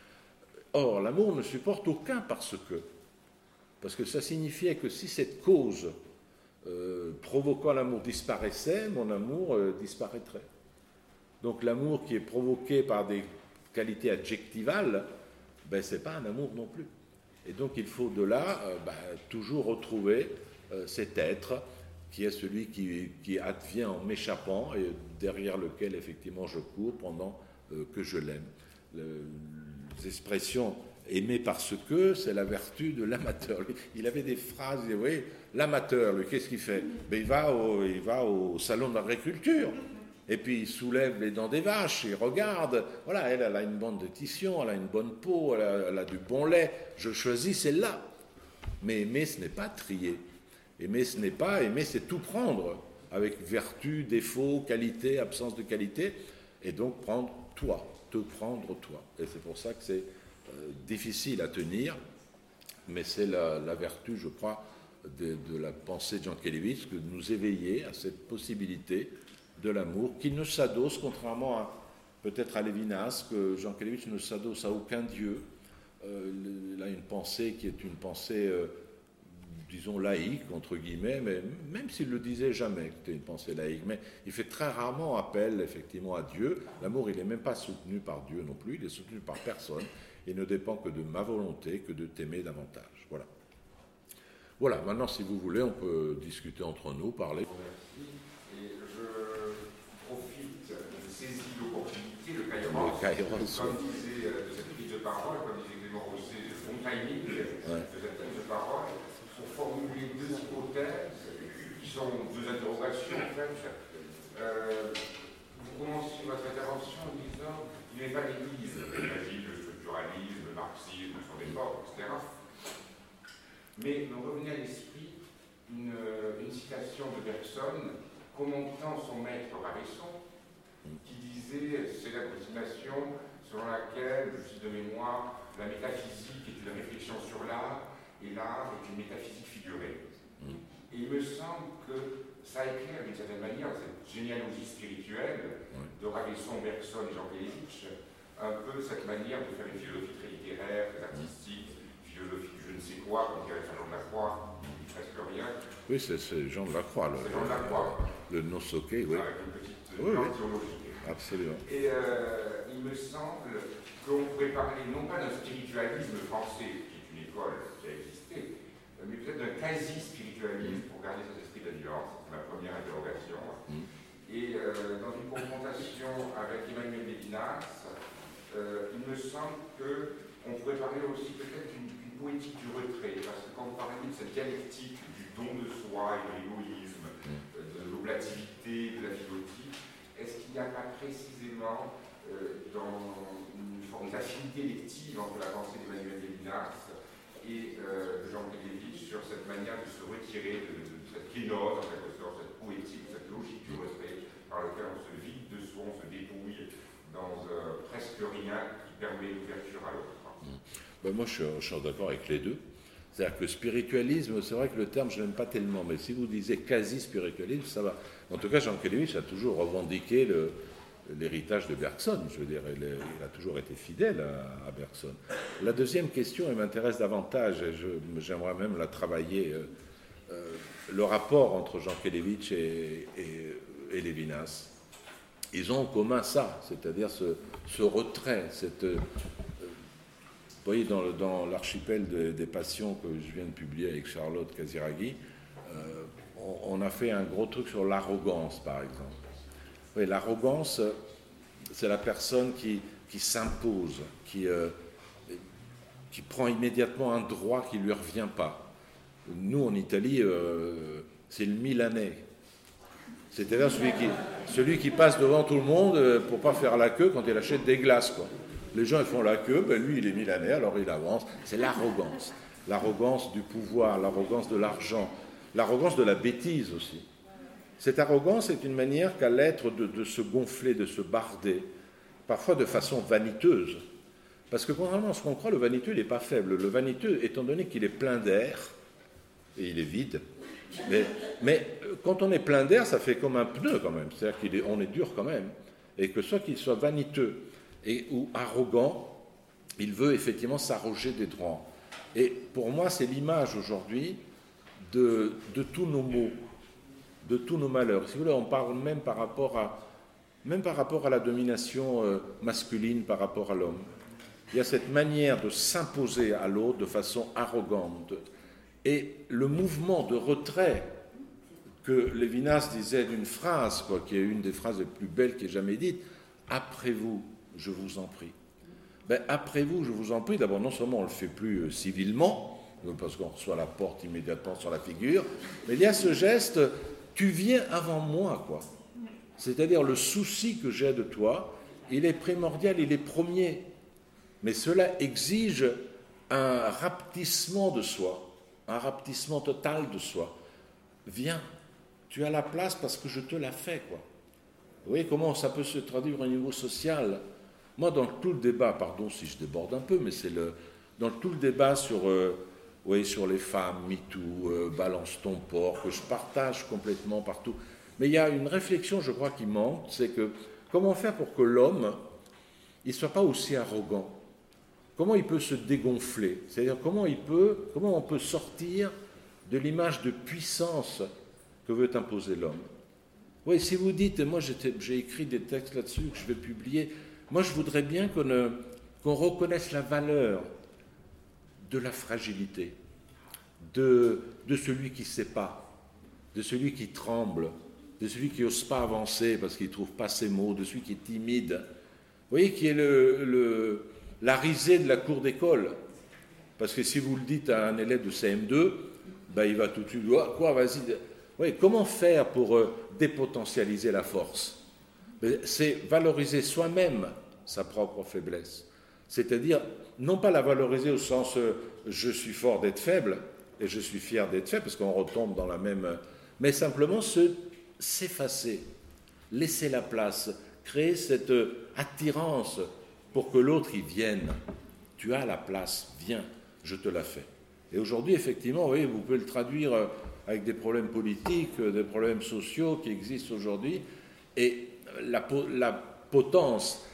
Or, l'amour ne supporte aucun parce que. Parce que ça signifiait que si cette cause euh, provoquant l'amour disparaissait, mon amour euh, disparaîtrait. Donc l'amour qui est provoqué par des qualités adjectivales, ben, ce n'est pas un amour non plus. Et donc il faut de là euh, ben, toujours retrouver euh, cet être qui est celui qui, qui advient en m'échappant et derrière lequel, effectivement, je cours pendant euh, que je l'aime. Le, les expressions « aimer parce que », c'est la vertu de l'amateur. Il avait des phrases, vous voyez, l'amateur, lui, qu'est-ce qu'il fait? Ben, il, va au, il va au salon d'agriculture, et puis il soulève les dents des vaches, il regarde, voilà, elle, elle a une bonne dentition, elle a une bonne peau, elle a, elle a du bon lait, je choisis celle-là. Mais aimer, ce n'est pas trier. Aimer, ce n'est pas, aimer, c'est tout prendre, avec vertu, défaut, qualité, absence de qualité, et donc prendre toi, te prendre toi. Et c'est pour ça que c'est euh, difficile à tenir, mais c'est la, la vertu, je crois, de, de la pensée de Jankélévitch, que de nous éveiller à cette possibilité de l'amour, qui ne s'adosse, contrairement à, peut-être à Lévinas, que Jankélévitch ne s'adosse à aucun dieu. Euh, il a une pensée qui est une pensée... Euh, disons laïque, entre guillemets, mais même s'il ne le disait jamais que c'était une pensée laïque, mais il fait très rarement appel, effectivement, à Dieu. L'amour, il n'est même pas soutenu par Dieu non plus, il est soutenu par personne, il ne dépend que de ma volonté, que de t'aimer davantage. Voilà. Voilà, maintenant, si vous voulez, on peut discuter entre nous, parler. Merci. Et je profite, je saisis l'opportunité, le kairos, comme disait euh, de cette prise de parole, comme disait Clément Rosset, de bon timing, ouais. de cette prise de parole, pour formuler deux hypothèses qui sont deux interrogations en fait. Euh, vous commencez votre intervention en disant qu'il n'est pas l'Église, j'imagine le structuralisme, le marxisme, son effort, et cetera. Mais me revenait à l'esprit une, une citation de Bergson commentant son maître Raveson, qui disait célèbre citation selon laquelle, je cite de mémoire, la métaphysique est une réflexion sur l'art et l'art est une métaphysique figurée. Mm. Et il me semble que ça éclaire d'une certaine manière cette généalogie spirituelle mm. de Raveson, Bergson et Jankélévitch, un peu cette manière de faire une philosophie très littéraire, très artistique, philosophie du je ne sais quoi, comme dirait Saint Jean de la Croix, qui dit presque rien. Oui, c'est Jean de la Croix. Le, c'est Jean de la Croix. Le, le Nossoké, oui. Avec une petite oui, oui. théologie. Absolument. Et euh, il me semble qu'on pourrait parler non pas d'un spiritualisme français, qui est une école qui a existé, mais peut-être d'un quasi-spiritualisme, pour garder cet esprit de nuance. C'est ma première interrogation. Mm. Et euh, dans une confrontation avec Emmanuel Lévinas, euh, il me semble qu'on pourrait parler aussi peut-être d'une poétique du retrait, parce que quand vous parlez de cette dialectique du don de soi et de l'égoïsme, mm. de l'oblativité, de la philotique, est-ce qu'il n'y a pas précisément euh, dans une forme d'affinité lective entre la pensée d'Emmanuel Lévinas et euh, de Jankélévitch sur cette manière de se retirer de, de, de cette kénose, en quelque sorte, cette poétique, cette logique du retrait par lequel on se vide de soi, on se dépouille dans euh, presque rien qui permet l'ouverture à l'autre. Ben moi, je suis, je suis d'accord avec les deux. C'est-à-dire que spiritualisme, c'est vrai que le terme, je n'aime pas tellement, mais si vous disiez quasi-spiritualisme, ça va. En tout cas, Jankélévitch a toujours revendiqué le, l'héritage de Bergson. Je veux dire, il, est, il a toujours été fidèle à, à Bergson. La deuxième question, elle m'intéresse davantage, et je, j'aimerais même la travailler, euh, euh, le rapport entre Jankélévitch et, et, et Lévinas. Ils ont en commun ça, c'est-à-dire ce, ce retrait, cette... Euh, Vous voyez, dans, le, dans l'archipel de, des passions que je viens de publier avec Charlotte Casiraghi, euh, on, on a fait un gros truc sur l'arrogance, par exemple. Oui, l'arrogance, c'est la personne qui, qui s'impose, qui, euh, qui prend immédiatement un droit qui ne lui revient pas. Nous, en Italie, euh, c'est le Milanais. C'est-à-dire celui qui, celui qui passe devant tout le monde pour ne pas faire la queue quand il achète des glaces, quoi. Les gens ils font la queue, ben lui il est Milanais, alors il avance. C'est l'arrogance. L'arrogance du pouvoir, l'arrogance de l'argent, l'arrogance de la bêtise aussi. Cette arrogance est une manière qu'a l'être de, de se gonfler, de se barder, parfois de façon vaniteuse. Parce que contrairement à ce qu'on croit, le vaniteux n'est pas faible. Le vaniteux, étant donné qu'il est plein d'air, et il est vide, mais, mais quand on est plein d'air, ça fait comme un pneu quand même, c'est-à-dire qu'on est, est dur quand même, et que soit qu'il soit vaniteux et, ou arrogant, il veut effectivement s'arroger des droits. Et pour moi, c'est l'image aujourd'hui de, de tous nos maux, de tous nos malheurs. Si vous voulez, on parle même par rapport à, même par rapport à la domination euh, masculine par rapport à l'homme. Il y a cette manière de s'imposer à l'autre de façon arrogante. Et le mouvement de retrait que Lévinas disait d'une phrase, quoi, qui est une des phrases les plus belles qu'il ait jamais dites, « Après vous, je vous en prie ». Ben, après vous, je vous en prie, d'abord, non seulement on ne le fait plus euh, civilement, parce qu'on reçoit la porte immédiatement sur la figure, mais il y a ce geste, tu viens avant moi, quoi. C'est-à-dire le souci que j'ai de toi, il est primordial, il est premier. Mais cela exige un rapetissement de soi, un rapetissement total de soi. Viens, tu as la place parce que je te la fais, quoi. Vous voyez comment ça peut se traduire au niveau social? Moi, dans tout le débat, pardon si je déborde un peu, mais c'est le, dans tout le débat sur, euh, oui, sur les femmes, MeToo, euh, balance ton porc, que je partage complètement partout. Mais il y a une réflexion, je crois, qui manque, c'est que comment faire pour que l'homme ne soit pas aussi arrogant? Comment il peut se dégonfler? C'est-à-dire comment, il peut, comment on peut sortir de l'image de puissance que veut imposer l'homme? Oui, si vous dites, moi j'ai écrit des textes là-dessus que je vais publier, moi je voudrais bien qu'on, qu'on reconnaisse la valeur de la fragilité, de, de celui qui ne sait pas, de celui qui tremble, de celui qui n'ose pas avancer parce qu'il ne trouve pas ses mots, de celui qui est timide. Vous voyez, qui est le... le la risée de la cour d'école. Parce que si vous le dites à un élève de C M deux, ben il va tout de suite dire « Quoi, vas-y ». Oui, comment faire pour euh, dépotentialiser la force? C'est valoriser soi-même sa propre faiblesse. C'est-à-dire, non pas la valoriser au sens euh, « je suis fort d'être faible » et je suis fier d'être faible, parce qu'on retombe dans la même... Mais simplement se, s'effacer, laisser la place, créer cette euh, attirance pour que l'autre y vienne. Tu as la place, viens, je te la fais. Et aujourd'hui, effectivement, vous voyez, vous pouvez le traduire avec des problèmes politiques, des problèmes sociaux qui existent aujourd'hui, et la, la potence,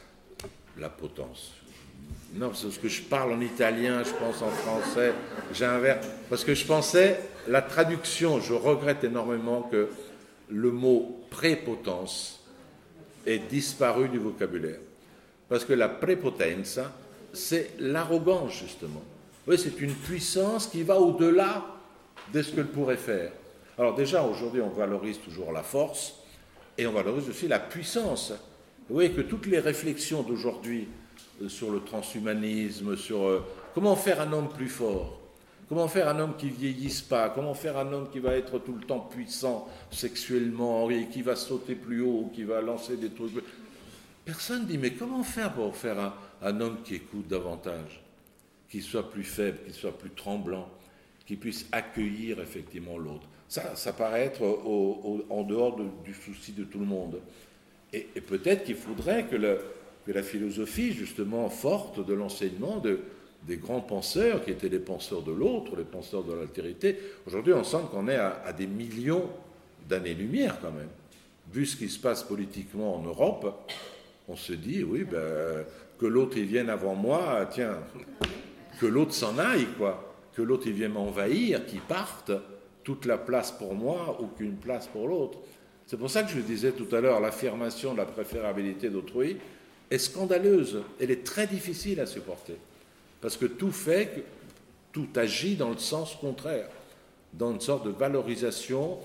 la potence, non, c'est parce que je parle en italien, je pense en français, j'inverse, parce que je pensais, la traduction, je regrette énormément que le mot prépotence ait disparu du vocabulaire. Parce que la prépotenza, c'est l'arrogance, justement. Oui, c'est une puissance qui va au-delà de ce qu'elle pourrait faire. Alors déjà, aujourd'hui, on valorise toujours la force et on valorise aussi la puissance. Vous voyez que toutes les réflexions d'aujourd'hui euh, sur le transhumanisme, sur euh, comment faire un homme plus fort, comment faire un homme qui ne vieillisse pas, comment faire un homme qui va être tout le temps puissant sexuellement et qui va sauter plus haut, qui va lancer des trucs... Personne ne dit, mais comment faire pour faire un, un homme qui écoute davantage, qui soit plus faible, qui soit plus tremblant, qui puisse accueillir effectivement l'autre? Ça, ça paraît être au, au, en dehors de, du souci de tout le monde. Et, et peut-être qu'il faudrait que, le, que la philosophie, justement, forte de l'enseignement de, des grands penseurs, qui étaient les penseurs de l'autre, les penseurs de l'altérité, aujourd'hui on sent qu'on est à, à des millions d'années-lumière quand même. Vu ce qui se passe politiquement en Europe, on se dit, oui, ben, que l'autre il vienne avant moi, tiens, que l'autre s'en aille, quoi, que l'autre il vienne m'envahir, qu'il parte, toute la place pour moi, aucune place pour l'autre. C'est pour ça que je disais tout à l'heure, l'affirmation de la préférabilité d'autrui est scandaleuse, elle est très difficile à supporter, parce que tout fait, que tout agit dans le sens contraire, dans une sorte de valorisation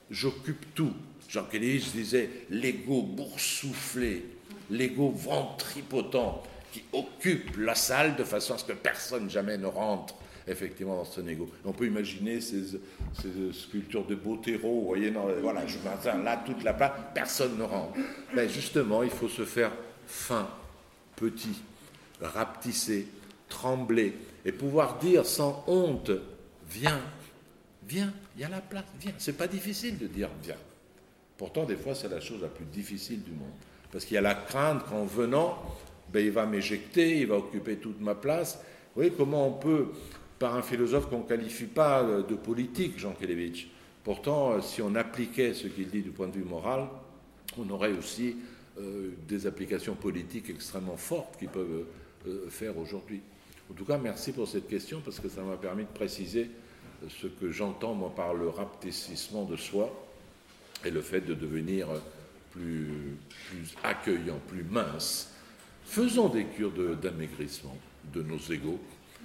j'occupe tout. Jankélévitch disait l'ego boursouflé, l'ego ventripotent qui occupe la salle de façon à ce que personne jamais ne rentre effectivement dans son ego. On peut imaginer ces, ces sculptures de Botero, vous voyez, non, voilà, je maintiens là toute la place, personne ne rentre. Mais justement, il faut se faire fin, petit, rapetisser, trembler, et pouvoir dire sans honte, viens, viens, il y a la place, viens. C'est pas difficile de dire viens. Pourtant, des fois, c'est la chose la plus difficile du monde. Parce qu'il y a la crainte qu'en venant, ben, il va m'éjecter, il va occuper toute ma place. Vous voyez comment on peut, par un philosophe qu'on ne qualifie pas de politique, Jankélévitch. Pourtant, si on appliquait ce qu'il dit du point de vue moral, on aurait aussi euh, des applications politiques extrêmement fortes qui peuvent euh, faire aujourd'hui. En tout cas, merci pour cette question, parce que ça m'a permis de préciser ce que j'entends, moi, par le rapetissement de soi et le fait de devenir plus, plus accueillant, plus mince. Faisons des cures de, d'amaigrissement de nos égos.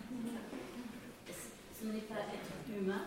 Ce n'est pas être humain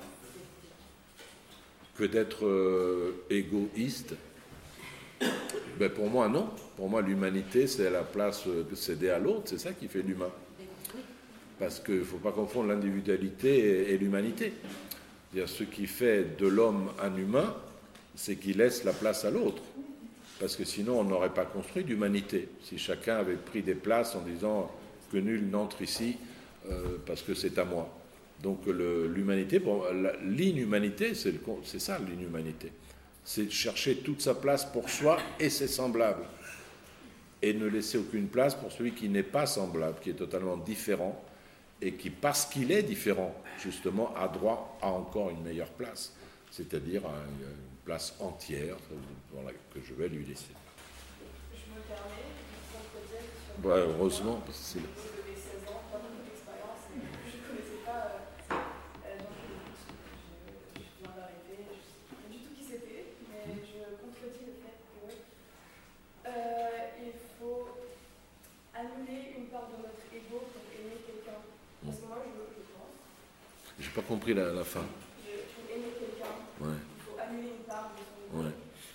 que d'être euh, égoïste. Ben pour moi, non. Pour moi, l'humanité, c'est la place de céder à l'autre. C'est ça qui fait l'humain. Parce qu'il ne faut pas confondre l'individualité et, et l'humanité. C'est-à-dire, ce qui fait de l'homme un humain, c'est qu'il laisse la place à l'autre. Parce que sinon, on n'aurait pas construit d'humanité. Si chacun avait pris des places en disant que nul n'entre ici euh, parce que c'est à moi. Donc le, l'humanité, bon, la, l'inhumanité, c'est, le, c'est ça l'inhumanité. C'est chercher toute sa place pour soi et ses semblables. Et ne laisser aucune place pour celui qui n'est pas semblable, qui est totalement différent, et qui, parce qu'il est différent, justement, a droit à encore une meilleure place, c'est-à-dire à une, une place entière voilà, que je vais lui laisser. Je me permets de s'entretenir sur... Bah, heureusement, parce que c'est... Vous avez seize ans, pas beaucoup d'expérience, et je ne connaissais pas euh, Jankélévitch. Je, je viens d'arriver, je ne sais pas du tout qui c'était, mais je contredis le fait que euh, il faut annuler une part de notre ego pour aimer quelqu'un. Parce que moi, je, je pense... J'ai pas compris la, la fin. Je, pour aimer quelqu'un, Ouais. il faut annuler une part de son ego. Ouais.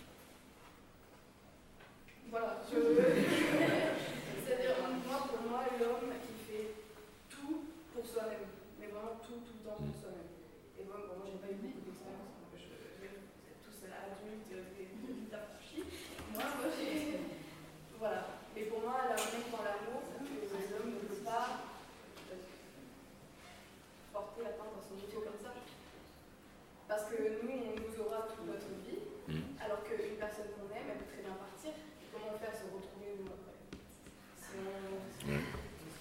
Voilà, je... c'est-à-dire, moi, pour moi, l'homme qui fait tout pour soi-même, mais vraiment tout, tout le temps pour soi-même. Et bon, bon moi, j'ai pas eu beaucoup d'expérience, donc je, je, vous êtes tous adultes, des affranchis. Moi, moi, j'ai... Voilà. Mais pour moi, la même dans l'amour, l'homme ne peut pas porter la part dans son ego comme ça. Parce que nous, on nous aura toute notre vie, mmh. alors qu'une personne qu'on aime, elle peut très bien partir. Comment faire se retrouver nous après? Sinon... Mmh.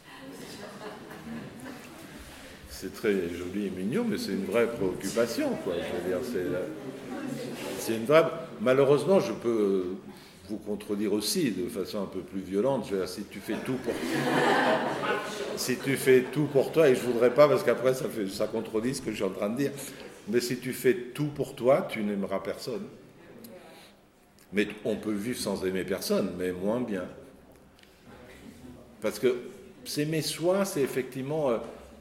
C'est très joli et mignon, mais c'est une vraie préoccupation, quoi. Je veux dire, c'est, c'est une vraie... Malheureusement, je peux vous contredire aussi de façon un peu plus violente. Je veux dire, si tu fais tout pour si tu fais tout pour toi, et je voudrais pas, parce qu'après ça fait ça contredit ce que je suis en train de dire. Mais si tu fais tout pour toi, tu n'aimeras personne. Mais on peut vivre sans aimer personne, mais moins bien. Parce que s'aimer soi, c'est effectivement euh,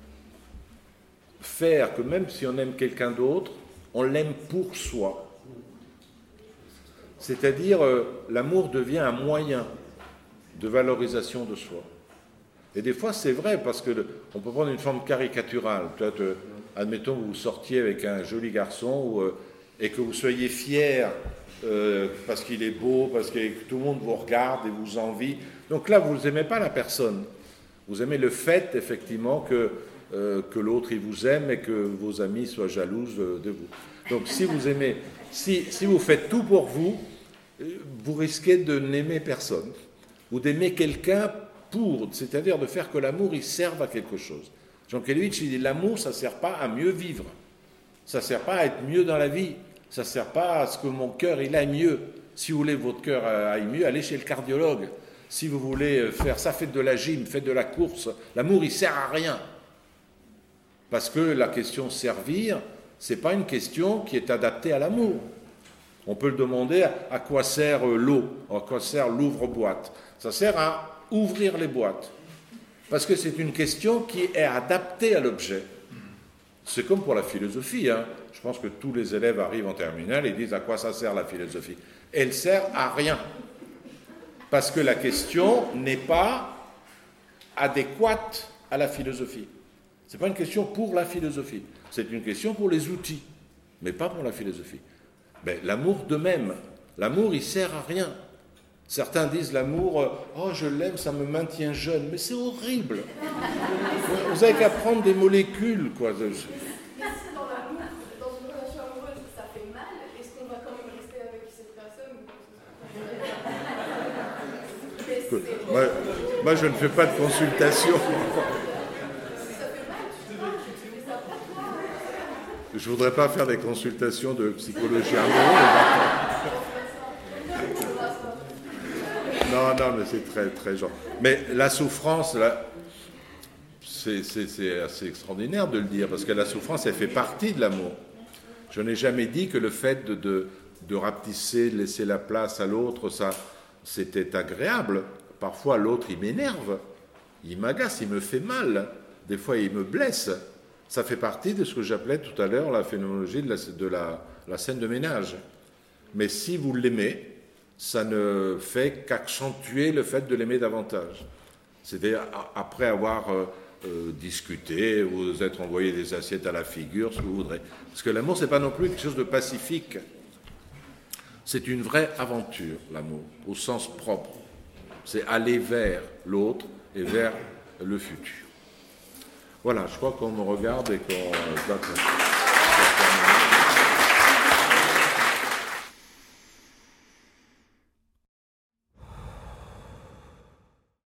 faire que même si on aime quelqu'un d'autre, on l'aime pour soi. C'est-à-dire, euh, l'amour devient un moyen de valorisation de soi. Et des fois, c'est vrai, parce que le, on peut prendre une forme caricaturale. Peut-être, euh, admettons que vous sortiez avec un joli garçon ou, euh, et que vous soyez fier euh, parce qu'il est beau, parce que tout le monde vous regarde et vous envie. Donc là, vous n'aimez pas la personne. Vous aimez le fait, effectivement, que, euh, que l'autre, il vous aime et que vos amis soient jalouses de vous. Donc, si vous aimez, si, si vous faites tout pour vous, vous risquez de n'aimer personne ou d'aimer quelqu'un pour, c'est-à-dire de faire que l'amour, il serve à quelque chose. Jankélévitch, il dit, l'amour, ça ne sert pas à mieux vivre. Ça ne sert pas à être mieux dans la vie. Ça ne sert pas à ce que mon cœur, il aille mieux. Si vous voulez que votre cœur aille mieux, allez chez le cardiologue. Si vous voulez faire ça, faites de la gym, faites de la course. L'amour, il ne sert à rien. Parce que la question servir, ce n'est pas une question qui est adaptée à l'amour. On peut le demander à quoi sert l'eau, à quoi sert l'ouvre-boîte. Ça sert à ouvrir les boîtes. Parce que c'est une question qui est adaptée à l'objet. C'est comme pour la philosophie. Hein. Je pense que tous les élèves arrivent en terminale et disent à quoi ça sert la philosophie. Elle sert à rien. Parce que la question n'est pas adéquate à la philosophie. Ce n'est pas une question pour la philosophie. C'est une question pour les outils, mais pas pour la philosophie. Ben, l'amour de même. L'amour, il sert à rien. Certains disent l'amour, euh, oh je l'aime, ça me maintient jeune. Mais c'est horrible. Vous n'avez qu'à prendre des molécules, quoi. Mais si dans l'amour, dans une relation amoureuse, ça fait mal, est-ce qu'on va quand même rester avec cette personne? Moi, moi, je ne fais pas de consultation. Je ne voudrais pas faire des consultations de psychologie amoureuse. Non, non, mais c'est très, très genre. Mais la souffrance, là, c'est, c'est, c'est assez extraordinaire de le dire, parce que la souffrance, elle fait partie de l'amour. Je n'ai jamais dit que le fait de, de, de rapetisser, de laisser la place à l'autre, ça, c'était agréable. Parfois, l'autre, il m'énerve, il m'agace, il me fait mal. Des fois, il me blesse. Ça fait partie de ce que j'appelais tout à l'heure la phénoménologie de la, de la, la scène de ménage. Mais si vous l'aimez, ça ne fait qu'accentuer le fait de l'aimer davantage. C'est-à-dire, après avoir euh, euh, discuté, vous êtes envoyé des assiettes à la figure, ce que vous voudrez. Parce que l'amour, ce n'est pas non plus quelque chose de pacifique. C'est une vraie aventure, l'amour, au sens propre. C'est aller vers l'autre et vers le futur. Voilà, je crois qu'on me regarde et qu'on...